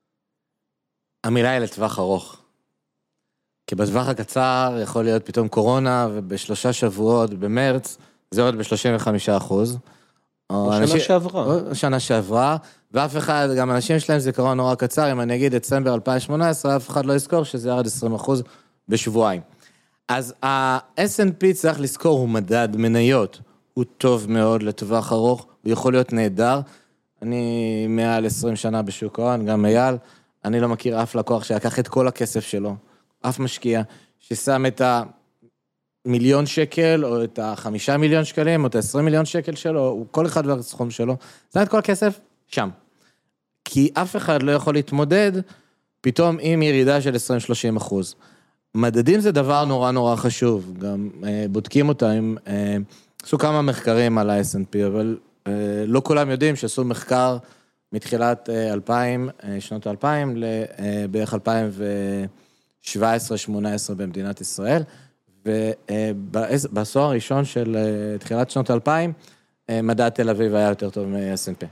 המילה היא לטווח ארוך. כי בטווח הקצר יכול להיות פתאום קורונה, ובשלושה שבועות, במרץ, זה עוד ב-שלושים וחמישה אחוז. או שנה אנשים, שעברה. או שנה שעברה, ואף אחד, גם אנשים שלהם זיכרון נורא קצר, אם אני אגיד דצמבר אלפיים שמונה עשרה, אף אחד לא יזכור שזה ירד עשרים אחוז בשבועיים. אז ה-אס אנד פי צריך לזכור, הוא מדד מניות, הוא טוב מאוד לטווח ארוך, הוא יכול להיות נהדר. אני מעל עשרים שנה בשוק ההון, גם אייל, אני לא מכיר אף לקוח שיקח את כל הכסף שלו, אף משקיע, ששם את המיליון שקל, או את החמישה מיליון שקלים, או את העשרים מיליון שקל שלו, כל אחד והסכום שלו, שם את כל הכסף שם. כי אף אחד לא יכול להתמודד, פתאום עם ירידה של עשרים שלושים אחוז. מדדים זה דבר נורא נורא חשוב, גם אה, בודקים אותם, אה, עשו כמה מחקרים על ה-אס אנד פי, אבל אה, לא כולם יודעים שעשו מחקר מתחילת אה, אלפיים, אה, שנות אלפיים, לבערך אלפיים שבע עשרה שמונה עשרה במדינת ישראל, ובעשור הראשון של אה, תחילת שנות אלפיים, אה, מדד תל אביב היה יותר טוב מ-אס אנד פי.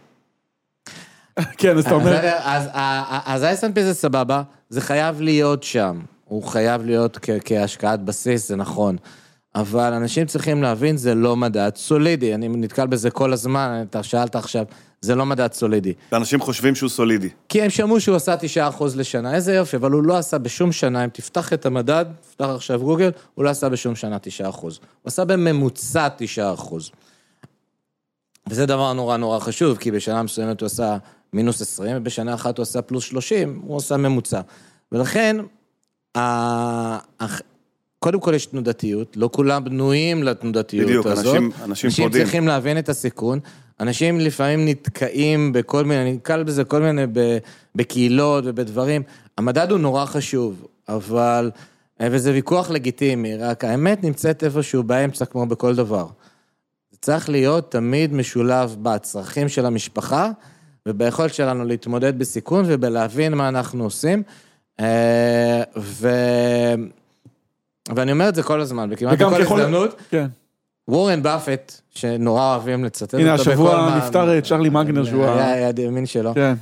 כן, אז אתה אומר... אז ה-אס אנד פי זה סבבה, זה חייב להיות שם. הוא חייב להיות כ- כהשקעת בסיס, זה נכון. אבל אנשים צריכים להבין, זה לא מדד סולידי. אני נתקל בזה כל הזמן, אתה שאלת עכשיו, זה לא מדד סולידי. אנשים חושבים שהוא סולידי. כי הם שמעו שהוא עשה תשעה אחוז לשנה, איזה יופי, אבל הוא לא עשה בשום שנה, אם תפתח את המדד, תפתח עכשיו גוגל, הוא לא עשה בשום שנה תשעה אחוז. הוא עשה בממוצע תשעה אחוז. וזה דבר נורא נורא חשוב, כי בשנה מסוימת הוא עשה מינוס עשרים, ובשנה אחת הוא עשה פלוס שלושים, הוא עשה ממוצע. ולכן, קודם כל יש תנודתיות, לא כולם בנויים לתנודתיות בדיוק, הזאת. אנשים, אנשים, אנשים פודים. צריכים להבין את הסיכון, אנשים לפעמים נתקעים בכל מיני, אני נתקל בזה כל מיני בקהילות ובדברים, המדד הוא נורא חשוב, אבל, וזה ויכוח לגיטימי, רק האמת נמצאת איפשהו באמצע כמו בכל דבר. זה צריך להיות תמיד משולב בצרכים של המשפחה, וביכולת שלנו להתמודד בסיכון ובלהבין מה אנחנו עושים, ו... ואני אומר את זה כל הזמן, וכמעט בכל הזדמנות, כן. וורן באפט, שנורא אוהבים לצטט הנה, השבוע נפטר צ'רלי מגנר, שהוא היה ימין שלו. כן.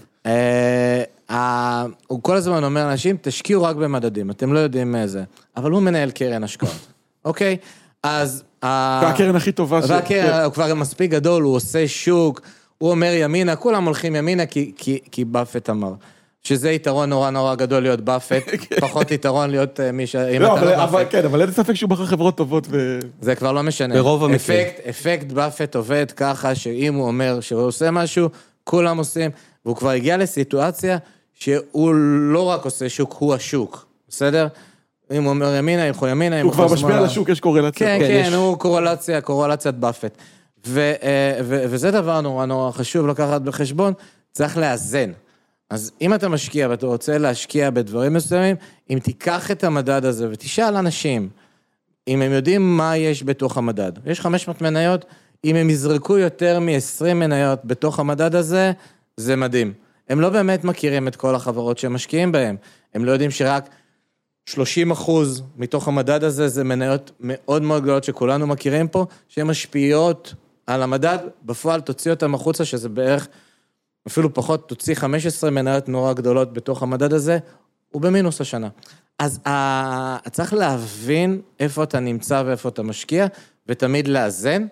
הוא כל הזמן אומר לאנשים, תשקיעו רק במדדים, אתם לא יודעים מה זה, אבל הוא מנהל קרן השקעות, אוקיי? אז... והקרן הכי טובה. והקרן, הוא כבר מספיק גדול, הוא עושה שוק, הוא אומר ימינה, כולם הולכים ימינה, כי באפט אמר. שזה יתרון נורא נורא גדול להיות באפט, פחות יתרון להיות מי ש... לא, אבל כן, אבל אין ספק שהוא בחר חברות טובות ו... זה כבר לא משנה. ברוב המקרים. אפקט באפט עובד ככה, שאם הוא אומר שהוא עושה משהו, כולם עושים, והוא כבר הגיע לסיטואציה שהוא לא רק עושה שוק, הוא השוק, בסדר? אם הוא אומר ימינה, ילכו ימינה, הוא כבר משפיע על השוק, יש קורלציה. כן, כן, הוא קורלציה, קורלציית באפט. וזה דבר נורא נורא חשוב לקחת בחשבון, צריך לאזן. אז אם אתה משקיע ואתה רוצה להשקיע בדברים מסוימים, אם תיקח את המדד הזה ותשאל אנשים, אם הם יודעים מה יש בתוך המדד, יש חמש מאות מניות, אם הם יזרקו יותר מ-עשרים מניות בתוך המדד הזה, זה מדהים. הם לא באמת מכירים את כל החברות שהם משקיעים בהם, הם לא יודעים שרק שלושים אחוז מתוך המדד הזה, זה מניות מאוד מאוד גדולות שכולנו מכירים פה, שהן משפיעות על המדד, בפועל תוציא אותם החוצה, שזה בערך... אפילו פחות תוציא חמש עשרה מניות נורא גדולות בתוך המדד הזה, הוא במינוס השנה. אז uh, צריך להבין איפה אתה נמצא ואיפה אתה משקיע, ותמיד לאזן, uh,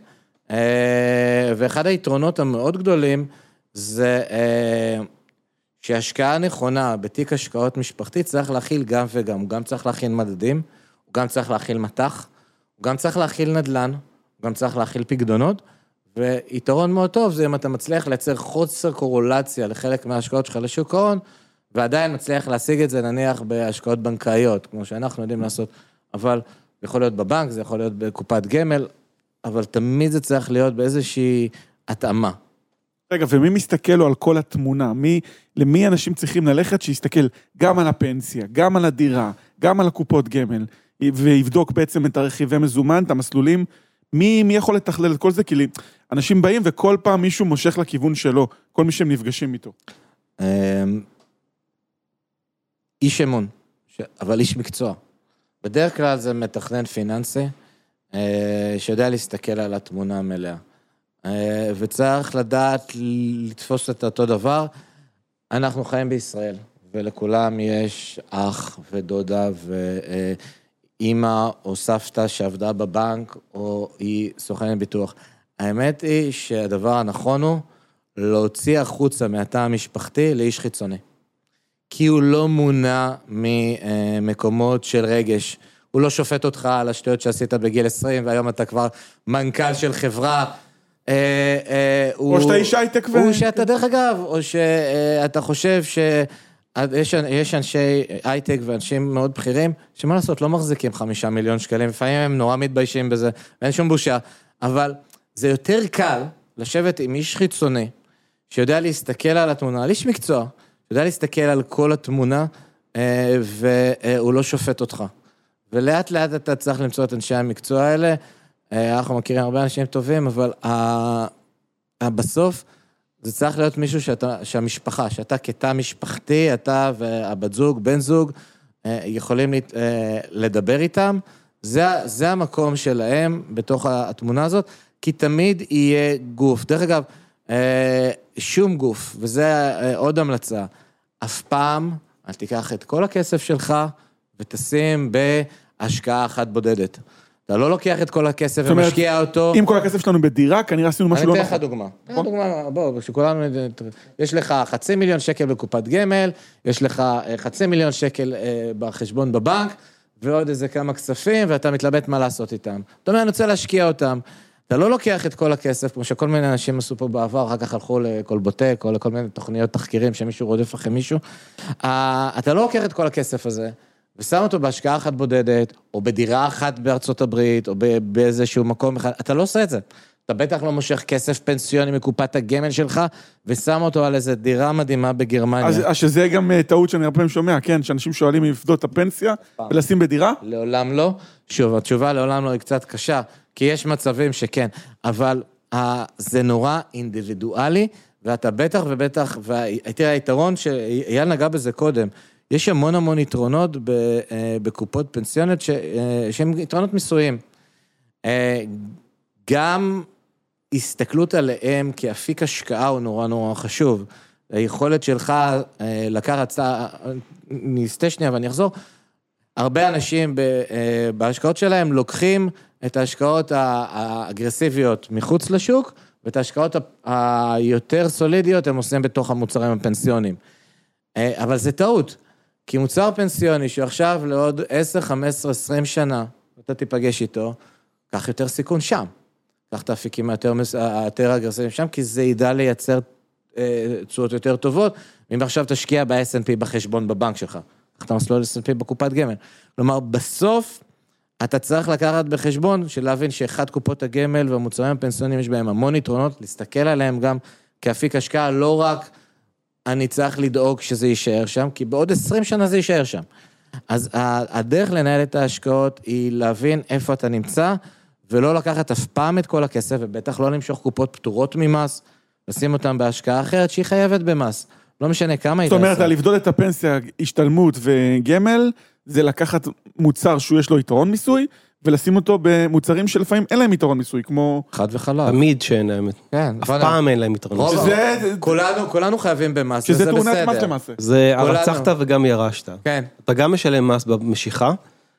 ואחד היתרונות המאוד גדולים, זה שהשקעה נכונה בתיק השקעות משפחתית, צריך להכיל גם וגם, הוא גם צריך להכיל מדדים, הוא גם צריך להכיל מתח, הוא גם צריך להכיל נדל"ן, הוא גם צריך להכיל פקדונות, ויתרון מאוד טוב זה אם אתה מצליח לייצר חוסר קורולציה לחלק מההשקעות שלך לשוק ההון, ועדיין מצליח להשיג את זה נניח בהשקעות בנקאיות, כמו שאנחנו יודעים לעשות, אבל זה יכול להיות בבנק, זה יכול להיות בקופת גמל, אבל תמיד זה צריך להיות באיזושהי התאמה. רגע, ומי מסתכל לו על כל התמונה? מי, למי אנשים צריכים ללכת שיסתכל גם על הפנסיה, גם על הדירה, גם על הקופות גמל, ויבדוק בעצם את הרכיבי מזומן, את המסלולים, מי, מי יכול לתכלל את כל זה? כי אנשים באים וכל פעם מישהו מושך לכיוון שלו, כל מי שהם נפגשים איתו. איש אמון, אבל איש מקצוע. בדרך כלל זה מתכנן פיננסי, שיודע להסתכל על התמונה המלאה. וצריך לדעת לתפוס את אותו דבר. אנחנו חיים בישראל, ולכולם יש אח ודודה ואמא או סבתא שעבדה בבנק, או היא סוכנת ביטוח. האמת היא שהדבר הנכון הוא להוציא החוצה מהתא המשפחתי לאיש חיצוני. כי הוא לא מונע ממקומות של רגש. הוא לא שופט אותך על השטויות שעשית בגיל עשרים, והיום אתה כבר מנכ"ל של חברה. או שאתה איש הייטק ו... או שאתה דרך אגב, או שאתה חושב שיש אנשי הייטק ואנשים מאוד בכירים, שמה לעשות, לא מחזיקים חמישה מיליון שקלים, לפעמים הם נורא מתביישים בזה, ואין שום בושה, אבל זה יותר קל לשבת עם איש חיצוני, שיודע להסתכל על התמונה, על איש מקצוע, שיודע להסתכל על כל התמונה, והוא לא שופט אותך. ולאט לאט אתה צריך למצוא את אנשי המקצוע האלה, אנחנו מכירים הרבה אנשים טובים, אבל בסוף זה צריך להיות מישהו שאתה, שהמשפחה, שאתה כתא משפחתי, אתה והבת זוג, בן זוג, יכולים לדבר איתם, זה, זה המקום שלהם בתוך התמונה הזאת, כי תמיד יהיה גוף. דרך אגב, שום גוף, וזה עוד המלצה, אף פעם אל תיקח את כל הכסף שלך ותשים בהשקעה אחת בודדת. אתה לא לוקח את כל הכסף ומשקיע אותו. אם כל הכסף שלנו בדירה, כנראה עשינו משהו לא נכון. אני אתן לך דוגמה. דוגמה, בוא, שכולנו, יש לך חצי מיליון שקל בקופת גמל, יש לך חצי מיליון שקל בחשבון בבנק, ועוד איזה כמה כספים, ואתה מתלבט מה לעשות איתם. זאת אומרת, אני רוצה להשקיע אותם. אתה לא לוקח את כל הכסף, כמו שכל מיני אנשים עשו פה בעבר, אחר כך הלכו לכל בוטק, או לכל מיני תוכניות תחקירים, שמישהו רודף אחרי מישהו. אתה לא לוקח את כל הכסף הזה, ושם אותו בהשקעה אחת בודדת, או בדירה אחת בארצות הברית, או באיזשהו מקום אחד, אתה לא עושה את זה. אתה בטח לא מושך כסף פנסיוני מקופת הגמל שלך, ושם אותו על איזו דירה מדהימה בגרמניה. אז שזה גם טעות שאני הרבה פעמים שומע, כן, שאנשים שואלים אם לפדות את הפנסיה, ולשים בדירה? לעולם לא. שוב, התשובה לעולם לא היא קצת קשה, כי יש מצבים שכן, אבל זה נורא אינדיבידואלי, ואתה בטח ובטח, ותראה, היתרון שאייל נגע בזה קודם, יש המון המון יתרונות בקופות פנסיונית שהם יתרונות מיסויים. גם הסתכלות עליהם כאפיק השקעה הוא נורא נורא חשוב. היכולת שלך לקחת, נסתה שנייה ואני אחזור, הרבה אנשים בהשקעות שלהם לוקחים את ההשקעות האגרסיביות מחוץ לשוק, ואת ההשקעות היותר סולידיות הם עושים בתוך המוצרים הפנסיוניים. אבל זה טעות. כי מוצר פנסיוני שעכשיו לעוד עשר, חמש עשרה, עשרים שנה, אתה תיפגש איתו, קח יותר סיכון שם. קח את האפיקים היותר, היותר אגרסיביים שם, כי זה ידע לייצר תשואות יותר טובות, אם עכשיו תשקיע ב-אס אנד פי בחשבון בבנק שלך. קח את המסלול אס אנד פי בקופת גמל. כלומר, בסוף, אתה צריך לקחת בחשבון, של להבין שאחד קופות הגמל והמוצרים הפנסיוניים יש בהם המון יתרונות, להסתכל עליהם גם כאפיק השקעה, לא רק אני צריך לדאוג שזה יישאר שם, כי בעוד עשרים שנה זה יישאר שם. אז הדרך לנהל את ההשקעות היא להבין איפה אתה נמצא, ולא לקחת אף פעם את כל הכסף, ובטח לא למשוך קופות פטורות ממס, לשים אותם בהשקעה אחרת שהיא חייבת במס. לא משנה כמה היא תעשה. זאת אומרת, לבדול את הפנסיה, השתלמות וגמל, זה לקחת מוצר שהוא יש לו יתרון מיסוי, ולשים אותו במוצרים שלפעמים אין להם יתרון מיסוי, כמו... חד וחלב. תמיד שאין להם. כן. אף פעם אין להם יתרון מיסוי. כולנו חייבים במס, שזה תאונת מס למעשה. זה הרצחת וגם ירשת. כן. אתה גם משלם מס במשיכה,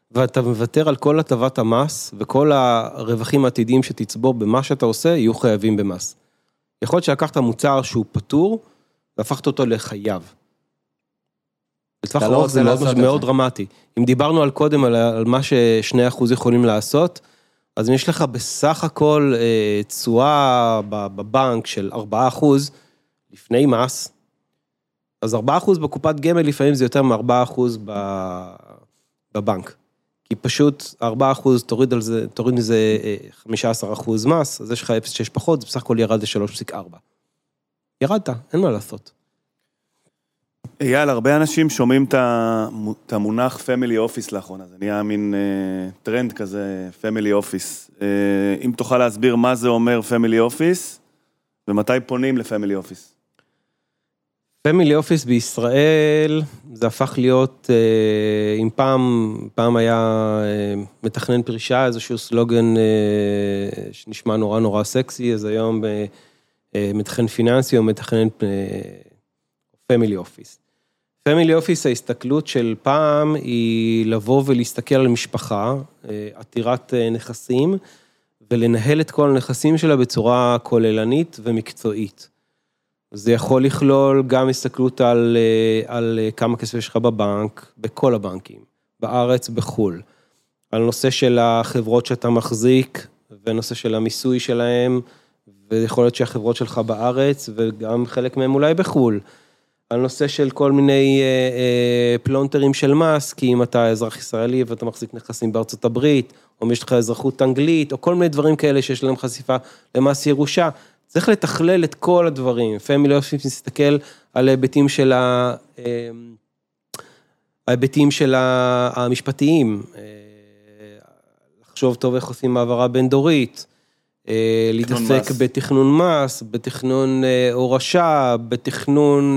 ואתה מוותר על כל הטבת המס, וכל הרווחים העתידיים שתצבור במה שאתה עושה, יהיו חייבים במס. יכול להיות שלקחת מוצר שהוא פטור, והפכת אותו לחייב. לטווח ארוך זה מאוד, מאוד דרמטי. אם דיברנו על קודם, על, על מה ששני אחוז יכולים לעשות, אז אם יש לך בסך הכל אה, תשואה בבנק של ארבעה אחוז, לפני מס, אז ארבעה אחוז בקופת גמל לפעמים זה יותר מ-ארבעה אחוז בבנק. כי פשוט ארבעה אחוז תוריד על זה, תוריד מזה חמישה עשר אחוז מס, אז יש לך אפס נקודה שש פחות, זה בסך הכל ירד ל-שלוש נקודה ארבע. ירדת, אין מה לעשות. אייל, הרבה אנשים שומעים את המונח פמילי אופיס לאחרונה, זה נהיה מין טרנד כזה, פמילי אופיס. אם תוכל להסביר מה זה אומר פמילי אופיס, ומתי פונים לפמילי אופיס? פמילי אופיס בישראל, זה הפך להיות, אם פעם, פעם היה מתכנן פרישה, איזשהו סלוגן שנשמע נורא נורא סקסי, אז היום מתכנן פיננסי או מתכנן פמילי אופיס. פמילי אופיס, ההסתכלות של פעם היא לבוא ולהסתכל על משפחה, עתירת נכסים, ולנהל את כל הנכסים שלה בצורה כוללנית ומקצועית. זה יכול לכלול גם הסתכלות על, על כמה כסף יש לך בבנק, בכל הבנקים, בארץ, בחול. על נושא של החברות שאתה מחזיק, ונושא של המיסוי שלהם, ויכול להיות שהחברות שלך בארץ, וגם חלק מהם אולי בחול. על נושא של כל מיני אה, אה, פלונטרים של מס, כי אם אתה אזרח ישראלי ואתה מחזיק נכסים בארצות הברית, או אם יש לך אזרחות אנגלית, או כל מיני דברים כאלה שיש להם חשיפה למס ירושה, צריך לתכלל את כל הדברים. פמילי אופיס מסתכל על ההיבטים של ה... ההיבטים של המשפטיים, לחשוב טוב איך עושים מעברה בין דורית, להתעסק מס. בתכנון מס, בתכנון הורשה, בתכנון,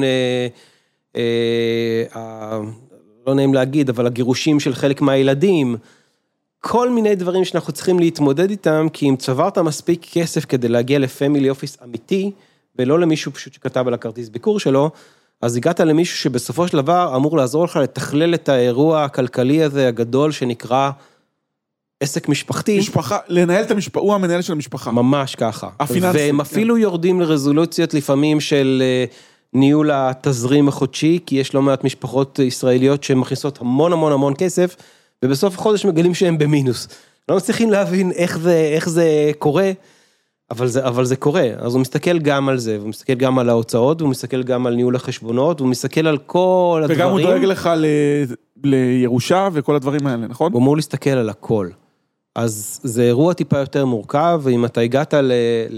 לא נעים להגיד, אבל הגירושים של חלק מהילדים, כל מיני דברים שאנחנו צריכים להתמודד איתם, כי אם צברת מספיק כסף כדי להגיע לפמילי אופיס אמיתי, ולא למישהו פשוט שכתב על הכרטיס ביקור שלו, אז הגעת למישהו שבסופו של דבר אמור לעזור לך לתכלל את האירוע הכלכלי הזה הגדול שנקרא עסק משפחתי. משפחה, לנהל את המשפחה, הוא המנהל של המשפחה. ממש ככה. הפיננסי. והם אפילו יורדים לרזולוציות לפעמים של ניהול התזרים החודשי, כי יש לא מעט משפחות ישראליות שמכניסות המון המון המון כסף, ובסוף החודש מגלים שהם במינוס. לא מצליחים להבין איך זה, איך זה קורה, אבל זה, אבל זה קורה. אז הוא מסתכל גם על זה, הוא מסתכל גם על ההוצאות, הוא מסתכל גם על ניהול החשבונות, הוא מסתכל על כל הדברים. וגם הוא דואג לך ל... לירושה וכל הדברים האלה, נכון? הוא אמור להסתכל על הכל. אז זה אירוע טיפה יותר מורכב, ואם אתה הגעת ל... ל...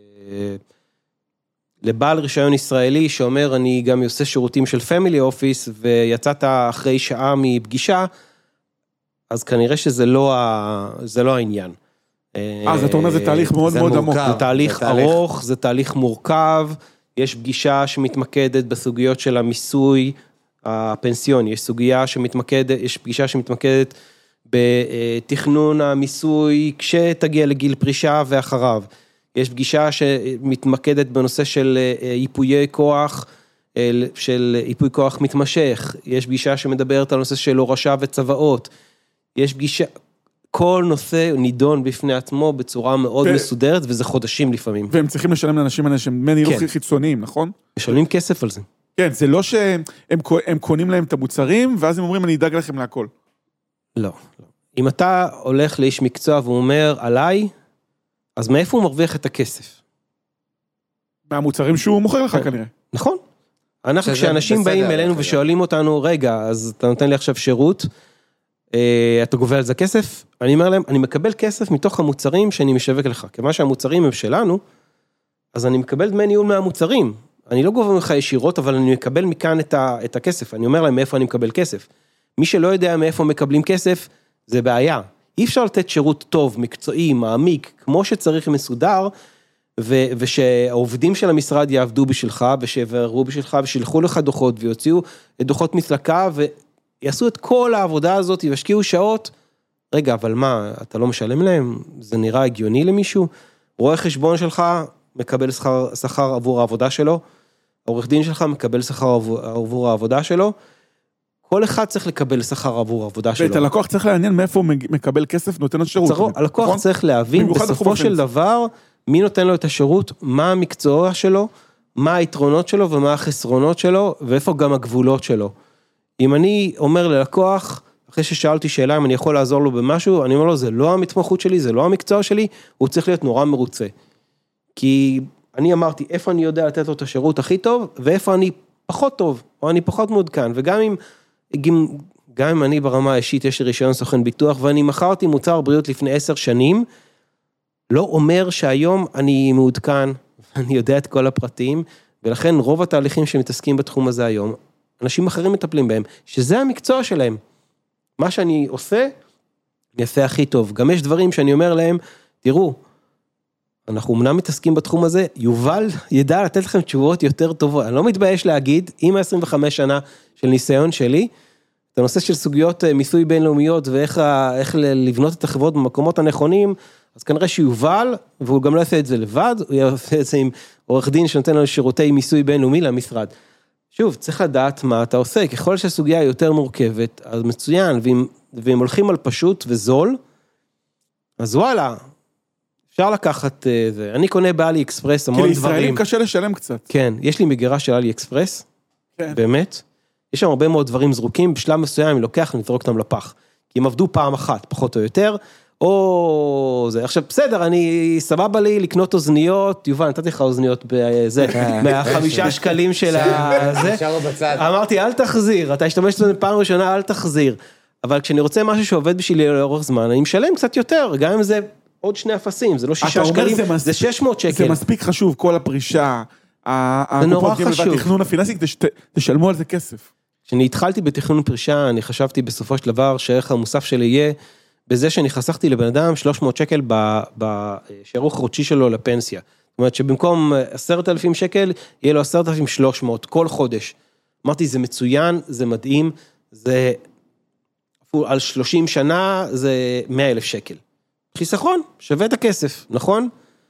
לבעל רישיון ישראלי שאומר, אני גם עושה שירותים של פמילי אופיס, ויצאת אחרי שעה מפגישה, אז כנראה שזה לא, ה... זה לא העניין. אז אתה אומר, זה תהליך מאוד מאוד עמוק. זה תהליך ארוך, זה תהליך מורכב, יש פגישה שמתמקדת בסוגיות של המיסוי הפנסיוני, יש סוגיה שמתמקדת, יש פגישה שמתמקדת בתכנון המיסוי כשתגיע לגיל פרישה ואחריו. יש פגישה שמתמקדת בנושא של ייפויי כוח, של ייפוי כוח מתמשך, יש פגישה שמדברת על נושא של הורשה וצוואות, יש פגישה, כל נושא נידון בפני עצמו בצורה מאוד מסודרת, וזה חודשים לפעמים. והם צריכים לשלם לאנשים האלה שהם דמי ניהול חיצוניים, נכון? משלמים כסף על זה. כן, זה לא שהם קונים להם את המוצרים, ואז הם אומרים, אני אדאג לכם להכל. לא. אם אתה הולך לאיש מקצוע והוא אומר, עליי, אז מאיפה הוא מרוויח את הכסף? מהמוצרים שהוא מוכר לך כנראה. נכון. אנחנו, כשאנשים באים אלינו ושואלים אותנו, רגע, אז אתה נותן לי עכשיו שירות, אתה גובה על זה כסף? אני אומר להם, אני מקבל כסף מתוך המוצרים שאני משווק לך. כמה שהמוצרים הם שלנו, אז אני מקבל דמי ניהול מהמוצרים. אני לא גובה ממך ישירות, אבל אני מקבל מכאן את, ה, את הכסף. אני אומר להם מאיפה אני מקבל כסף. מי שלא יודע מאיפה מקבלים כסף, זה בעיה. אי אפשר לתת שירות טוב, מקצועי, מעמיק, כמו שצריך מסודר, ו, ושהעובדים של המשרד יעבדו בשבילך, ושיברו בשבילך, ושילחו לך דוחות, ויוציאו דוחות מסלקה, ויעשו את כל העבודה הזאת, וישקיעו שעות. רגע, אבל מה, אתה לא משלם להם? זה נראה הגיוני למישהו? רואה חשבון שלך, מקבל שכר, שכר עבור העבודה שלו, העורך דין שלך מקבל שכר עבור, עבור העבודה שלו, כל אחד צריך לקבל שכר עבור העבודה שלו. ואת הלקוח צריך לעניין מאיפה הוא מקבל כסף, נותן השירות. הלקוח צריך להבין בסופו של דבר, מי נותן לו את השירות, מה המקצוע שלו, מה היתרונות שלו ומה החסרונות שלו, ואיפה גם הגבולות שלו. אם אני אומר ללקוח, אחרי ששאלתי שאלה אם אני יכול לעזור לו במשהו, אני אומר לו, זה לא המתמחות שלי, זה לא המקצוע שלי, הוא צריך להיות נורא מרוצה. כי אני אמרתי, איפה אני יודע לתת לו את השירות הכי טוב, ואיפה אני פחות טוב, או אני פחות מעודכן, וגם אם, גם, גם אם אני ברמה האישית, יש לי רישיון סוכן ביטוח, ואני מכרתי מוצר בריאות לפני עשר שנים, לא אומר שהיום אני מעודכן, אני יודע את כל הפרטים, ולכן רוב התהליכים שמתעסקים בתחום הזה היום, אנשים אחרים מטפלים בהם, שזה המקצוע שלהם. מה שאני עושה, אני אעשה הכי טוב. גם יש דברים שאני אומר להם, תראו, אנחנו אמנם מתעסקים בתחום הזה, יובל ידע לתת לכם תשובות יותר טובות. אני לא מתבייש להגיד, עם ה-עשרים וחמש שנה של ניסיון שלי, את הנושא של סוגיות מיסוי בינלאומיות, ואיך איך לבנות את החברות במקומות הנכונים, אז כנראה שיובל, והוא גם לא יעשה את זה לבד, הוא יעשה את זה עם עורך דין שנותן לנו שירותי מיסוי בינלאומי למשרד. שוב, צריך לדעת מה אתה עושה, ככל שהסוגיה היא יותר מורכבת, אז מצוין, ואם, ואם הולכים על פשוט וזול, אז וואלה, אפשר לקחת זה. אני קונה באלי אקספרס המון דברים. כי לישראלים קשה לשלם קצת. כן, יש לי מגירה של אלי אקספרס, כן. באמת. יש שם הרבה מאוד דברים זרוקים, בשלב מסוים אני לוקח, אני אזרוק אותם לפח. כי הם עבדו פעם אחת, פחות או יותר, או זה. עכשיו, בסדר, אני סבבה לי לקנות אוזניות, יובל, נתתי לך אוזניות בזה, מהחמישה שקלים של הזה. אמרתי, אל תחזיר, אתה השתמש בזה פעם ראשונה, אל תחזיר. אבל כשאני רוצה משהו שעובד בשבילי לאורך זמן, אני משלם קצת יותר, גם אם זה עוד שני אפסים, זה לא שישה שקלים, זה שש מאות שקל. זה מספיק חשוב, כל הפרישה, הקופות גמל והתכנון הפיננסי, תשלמו על זה כסף. כשאני התחלתי בתכנון פרישה, אני חשבתי בסופו של דבר שהערך המוסף שלי יהיה בזה שאני חסכתי לבן אדם שלוש מאות שקל בשערוך חודשי שלו לפנסיה. זאת אומרת שבמקום עשרת אלפים שקל, יהיה לו עשרת אלפים ושלוש מאות כל חודש. אמרתי, זה מצוין, זה מדהים, זה על שלושים שנה, זה מאה אלף שקל. חיסכון, שווה את הכסף, נכון?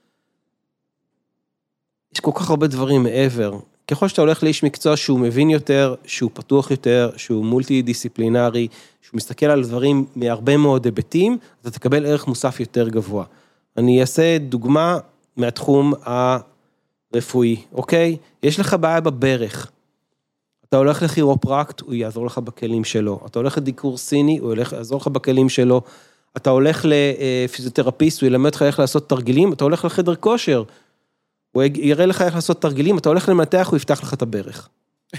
יש כל כך הרבה דברים מעבר. ככל שאתה הולך לאיש מקצוע שהוא מבין יותר, שהוא פתוח יותר, שהוא מולטי דיסציפלינרי, שהוא מסתכל על דברים מהרבה מאוד היבטים, אתה תקבל ערך מוסף יותר גבוה. אני אעשה דוגמה מהתחום הרפואי, אוקיי? יש לך בעיה בברך. אתה הולך לכירופרקט, הוא יעזור לך בכלים שלו. אתה הולך לדיקור סיני, הוא יעזור לך בכלים שלו. אתה הולך לפיזיותרפיסט, הוא ילמד לך איך לעשות תרגילים. אתה הולך לחדר כושר, הוא יראה לך איך לעשות תרגילים. אתה הולך למתח, הוא יפתח לך את הברך.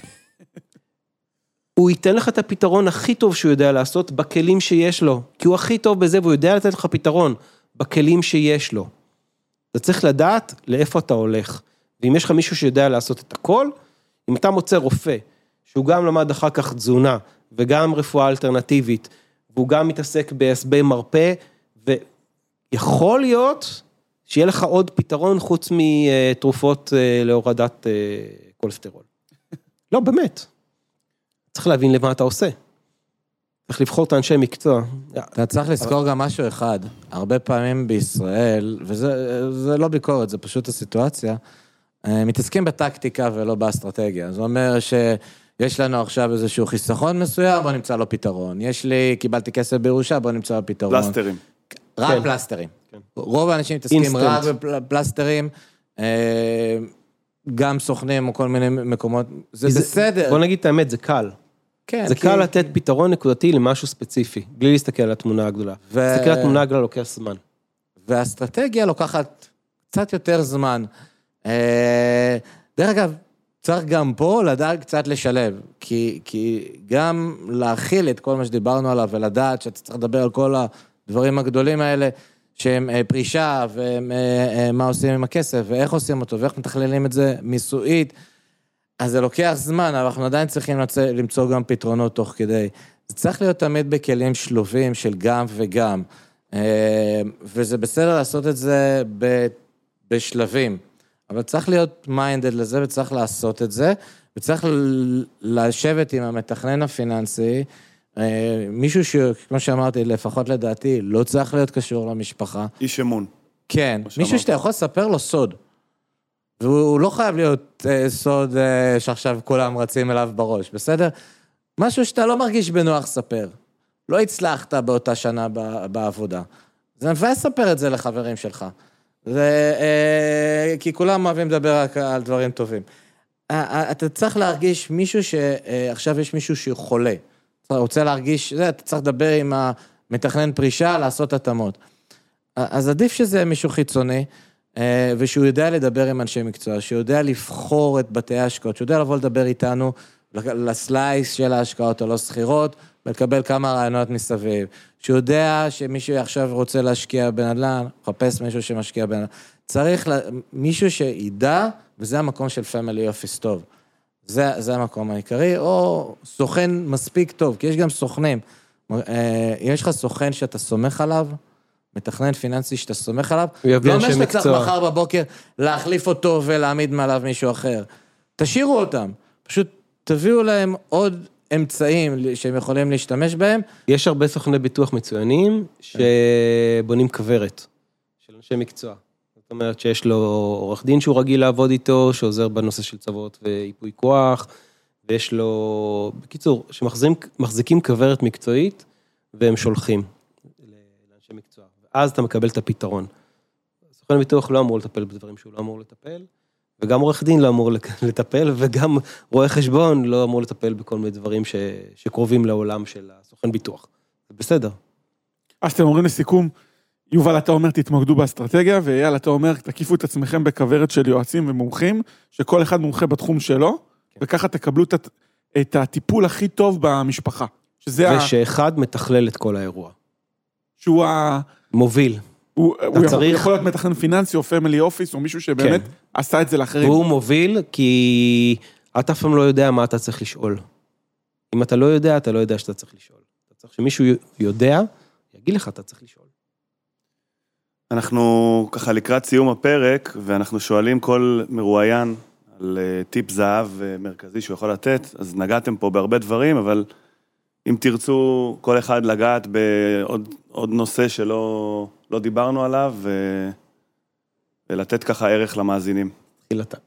הוא ייתן לך את הפתרון הכי טוב שהוא יודע לעשות בכלים שיש לו, כי הוא הכי טוב בזה, והוא יודע לתת לך פתרון בכלים שיש לו. אתה צריך לדעת לאיפה אתה הולך, ואם יש לך מישהו שיודע לעשות את הכל, אם אתה מוצא רופא, שהוא גם למד אחר כך תזונה, וגם רפואה אלטרנטיבית, והוא גם מתעסק בהסבי מרפא, ויכול להיות שיהיה לך עוד פתרון חוץ מתרופות להורדת קולסטרול. לא, באמת. צריך להבין למה אתה עושה. צריך לבחור את האנשי מקצוע. אתה צריך לזכור גם משהו אחד. הרבה פעמים בישראל, וזה לא ביקורת, זה פשוט הסיטואציה, מתעסקים בטקטיקה ולא באסטרטגיה. זה אומר שיש לנו עכשיו איזשהו חיסכון מסוים, בוא נמצא לו פתרון. יש לי, קיבלתי כסף בירושה, בוא נמצא לו פתרון. פלסטרים. רק פלסטרים. רוב האנשים מתעסקים רק בפלסטרים, גם סוכנים או כל מיני מקומות, זה בסדר. בוא נגיד את האמת, זה קל. זה קל לתת פתרון נקודתי למשהו ספציפי, בלי להסתכל על התמונה הגדולה. להסתכל על התמונה הגדולה לוקח זמן. והאסטרטגיה לוקחת קצת יותר זמן. דרך אגב, צריך גם פה לדעת קצת לשלב, כי גם להכיל את כל מה שדיברנו עליו, ולדעת שאתה צריך לדבר על כל הדברים הגדולים האלה, שהם פרישה, ומה עושים עם הכסף, ואיך עושים אותו, ואיך מתכללים את זה מיסויית, אז זה לוקח זמן, אבל אנחנו עדיין צריכים למצוא גם פתרונות תוך כדי. זה צריך להיות תמיד בכלים שלובים של גם וגם, וזה בסדר לעשות את זה בשלבים, אבל צריך להיות מיינדד לזה, וצריך לעשות את זה, וצריך לשבת עם המתכנן הפיננסי, מישהו שכמו שאמרתי, לפחות לדעתי, לא צריך להיות קשור למשפחה. איש אמון. כן, מישהו שאתה יכול לספר לו סוד. והוא לא חייב להיות סוד שעכשיו כולם רצים אליו בראש, בסדר? משהו שאתה לא מרגיש בנוח לספר. לא הצלחת באותה שנה בעבודה. זה מבאס לספר את זה לחברים שלך. זה, כי כולם אוהבים לדבר רק על דברים טובים. אתה צריך להרגיש מישהו שעכשיו יש מישהו שהוא חולה. אתה רוצה להרגיש, אתה צריך לדבר עם המתכנן פרישה, לעשות התאמות. אז עדיף שזה מישהו חיצוני, ושהוא יודע לדבר עם אנשי מקצוע, שהוא יודע לבחור את בתי ההשקעות, שהוא יודע לבוא לדבר איתנו לסלייס של ההשקעות הלא סחירות, ולקבל כמה רעיונות מסביב. שהוא יודע שמישהו עכשיו רוצה להשקיע בנדל"ן, חפש מישהו שמשקיע בנדל"ן. צריך מישהו שידע, וזה המקום של פמילי אופיס טוב. זה, זה המקום העיקרי, או סוכן מספיק טוב, כי יש גם סוכנים. יש לך סוכן שאתה סומך עליו, מתכנן פיננסי שאתה סומך עליו, לא אומר שאתה צריך מחר בבוקר להחליף אותו ולהעמיד מעליו מישהו אחר. תשאירו אותם, פשוט תביאו להם עוד אמצעים שהם יכולים להשתמש בהם. יש הרבה סוכני ביטוח מצוינים שבונים כברת של אנשי מקצוע. זאת אומרת שיש לו עורך דין שהוא רגיל לעבוד איתו, שעוזר בנושא של צוות ואיפוי כוח, ויש לו, בקיצור, שמחזיקים כברת מקצועית, והם שולחים לאנשי מקצוע. ואז אתה מקבל את הפתרון. סוכן ביטוח לא אמור לטפל בדברים שהוא לא אמור לטפל, וגם עורך דין לא אמור לטפל, וגם רואה חשבון לא אמור לטפל בכל מיני דברים ש... שקרובים לעולם של הסוכן ביטוח. זה בסדר. אז אתם אומרים לסיכום, יובל, אתה אומר, תתמקדו באסטרטגיה, ואייל, אתה אומר, תקיפו את עצמכם בכוורת של יועצים ומומחים, שכל אחד מומחה בתחום שלו, כן. וככה תקבלו את, את הטיפול הכי טוב במשפחה. שזה ושאחד ה... מתכלל את כל האירוע. שהוא ה... מוביל. הוא, הוא יכול, צריך... יכול להיות מתכנן פיננסי או פמילי אופיס, או מישהו שבאמת כן. עשה את זה לאחרים. והוא מוביל, כי אתה אף פעם לא יודע מה אתה צריך לשאול. אם אתה לא יודע, אתה לא יודע שאתה צריך לשאול. אתה צריך שמישהו יודע, יגיד לך, אתה צריך לשאול. אנחנו ככה לקראת סיום הפרק, ואנחנו שואלים כל מרואיין על טיפ זהב מרכזי שהוא יכול לתת, אז נגעתם פה בהרבה דברים, אבל אם תרצו כל אחד לגעת בעוד עוד נושא שלא לא דיברנו עליו, ו... ולתת ככה ערך למאזינים. תחילתה.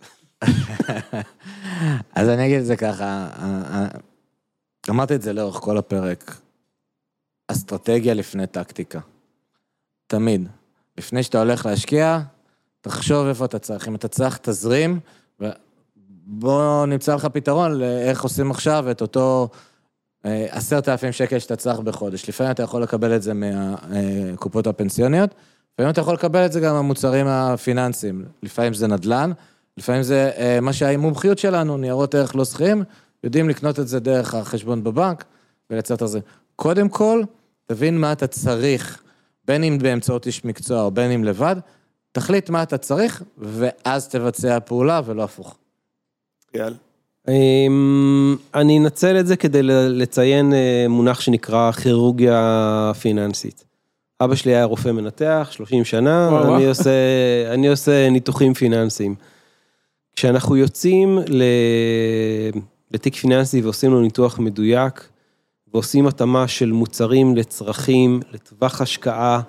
אז אני אגיד את זה ככה, אמרתי את זה לאורך כל הפרק, אסטרטגיה לפני טקטיקה. תמיד. לפני שאתה הולך להשקיע, תחשוב איפה אתה צריך. אם אתה צריך, תזרים, ובוא נמצא לך פתרון לאיך עושים עכשיו את אותו עשרת אלפים שקל שאתה צריך בחודש. לפעמים אתה יכול לקבל את זה מהקופות הפנסיוניות, לפעמים אתה יכול לקבל את זה גם מהמוצרים הפיננסיים. לפעמים זה נדל"ן, לפעמים זה מה שהמומחיות שלנו, ניירות ערך לא סחירים, יודעים לקנות את זה דרך החשבון בבנק, ולצאת את זה. קודם כל, תבין מה אתה צריך, בין אם באמצעות איש מקצוע או בין אם לבד, תחליט מה אתה צריך, ואז תבצע פעולה ולא הפוך. יאללה. אני אנצל את זה כדי לציין מונח שנקרא כירורגיה פיננסית. אבא שלי היה רופא מנתח, שלושים שנה, אני עושה, אני עושה ניתוחים פיננסיים. כשאנחנו יוצאים לתיק פיננסי ועושים לו ניתוח מדויק, ועושים התאמה של מוצרים לצרכים, לטווח השקעה,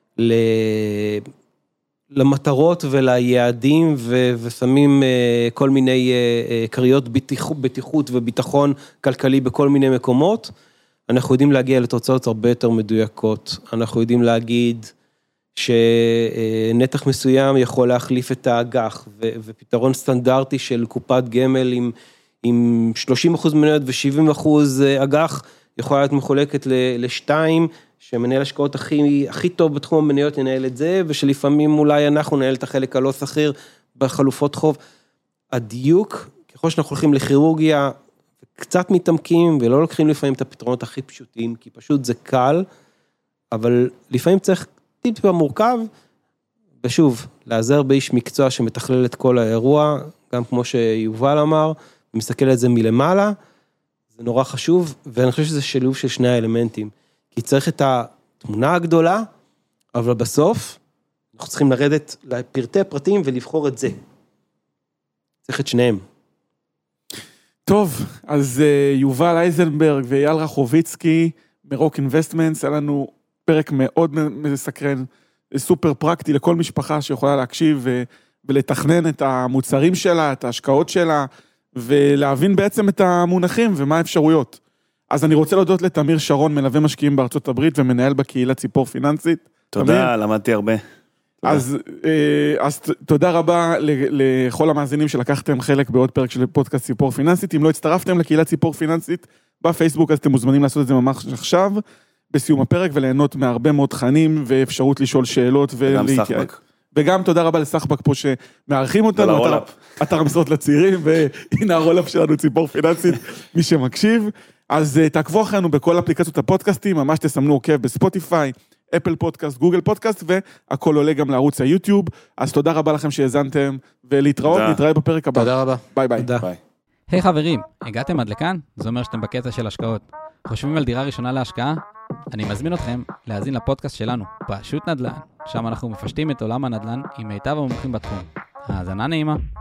למטרות וליעדים, ושמים כל מיני קריות בטיחות וביטחון כלכלי בכל מיני מקומות, אנחנו יודעים להגיע לתוצאות הרבה יותר מדויקות. אנחנו יודעים להגיד שנתח מסוים יכול להחליף את האג"ח, ופתרון סטנדרטי של קופת גמל עם, עם שלושים אחוז מניות ו-שבעים אחוז אג"ח, יכולה להיות מחולקת לשתיים, שמנהל השקעות הכי, הכי טוב בתחום המניות ינהל את זה, ושלפעמים אולי אנחנו נהל את החלק הלא שכיר בחלופות חוב. הדיוק, ככל שאנחנו הולכים לכירורגיה, קצת מתעמקים, ולא לוקחים לפעמים את הפתרונות הכי פשוטים, כי פשוט זה קל, אבל לפעמים צריך טיפה מורכב, ושוב, לעזר באיש מקצוע שמתכלל את כל האירוע, גם כמו שיובל אמר, ומסתכל את זה מלמעלה, זה נורא חשוב, ואני חושב שזה שילוב של שני האלמנטים, כי צריך את התמונה הגדולה, אבל בסוף, אנחנו צריכים לרדת לפרטי הפרטים, ולבחור את זה. צריך את שניהם. טוב, אז יובל אייזנברג ואייל רחוביצקי, מרוק אינבסטמנטס, היה לנו פרק מאוד מסקרן, סופר פרקטי לכל משפחה שיכולה להקשיב ולתכנן את המוצרים שלה, את ההשקעות שלה, ולהבין בעצם את המונחים ומה האפשרויות. אז אני רוצה להודות לתמיר שרון, מלווה משקיעים בארצות הברית ומנהל בקהילה ציפור פיננסית. תודה, למדתי הרבה. אז, אז תודה רבה לכל המאזינים שלקחתם חלק בעוד פרק של פודקאסט ציפור פיננסית. אם לא הצטרפתם לקהילת ציפור פיננסית בפייסבוק, אז אתם מוזמנים לעשות את זה ממש עכשיו, בסיום הפרק, וליהנות מהרבה מאוד תכנים ואפשרות לשאול שאלות. וגם סחבק. וגם תודה רבה לסחבק פה שמארחים אותנו. אתר המשרות לצעירים, והנה הרולאפ שלנו ציפור פיננסית, מי שמקשיב. אז תעקבו אחרינו בכל אפליקציות הפודקאסטים, ממש תסמנו עוקב בספוטיפיי, אפל פודקאסט, גוגל פודקאסט, והכל עולה גם לערוץ היוטיוב. אז תודה רבה לכם שהזנתם, ולהתראות, נתראה בפרק הבא. תודה רבה. ביי ביי. ביי. היי חברים, הגעתם עד לכאן? זה אומר שאתם בקטע של השקעות. חושבים על דירה ראשונה להשקעה? אני מזמין אתכם להאזין לפודקאסט שלנו, פשוט נדל"ן. שם אנחנו מפשטים את עולם הנדל"ן עם מיטב המומחים בתחום. האזנה נעימה.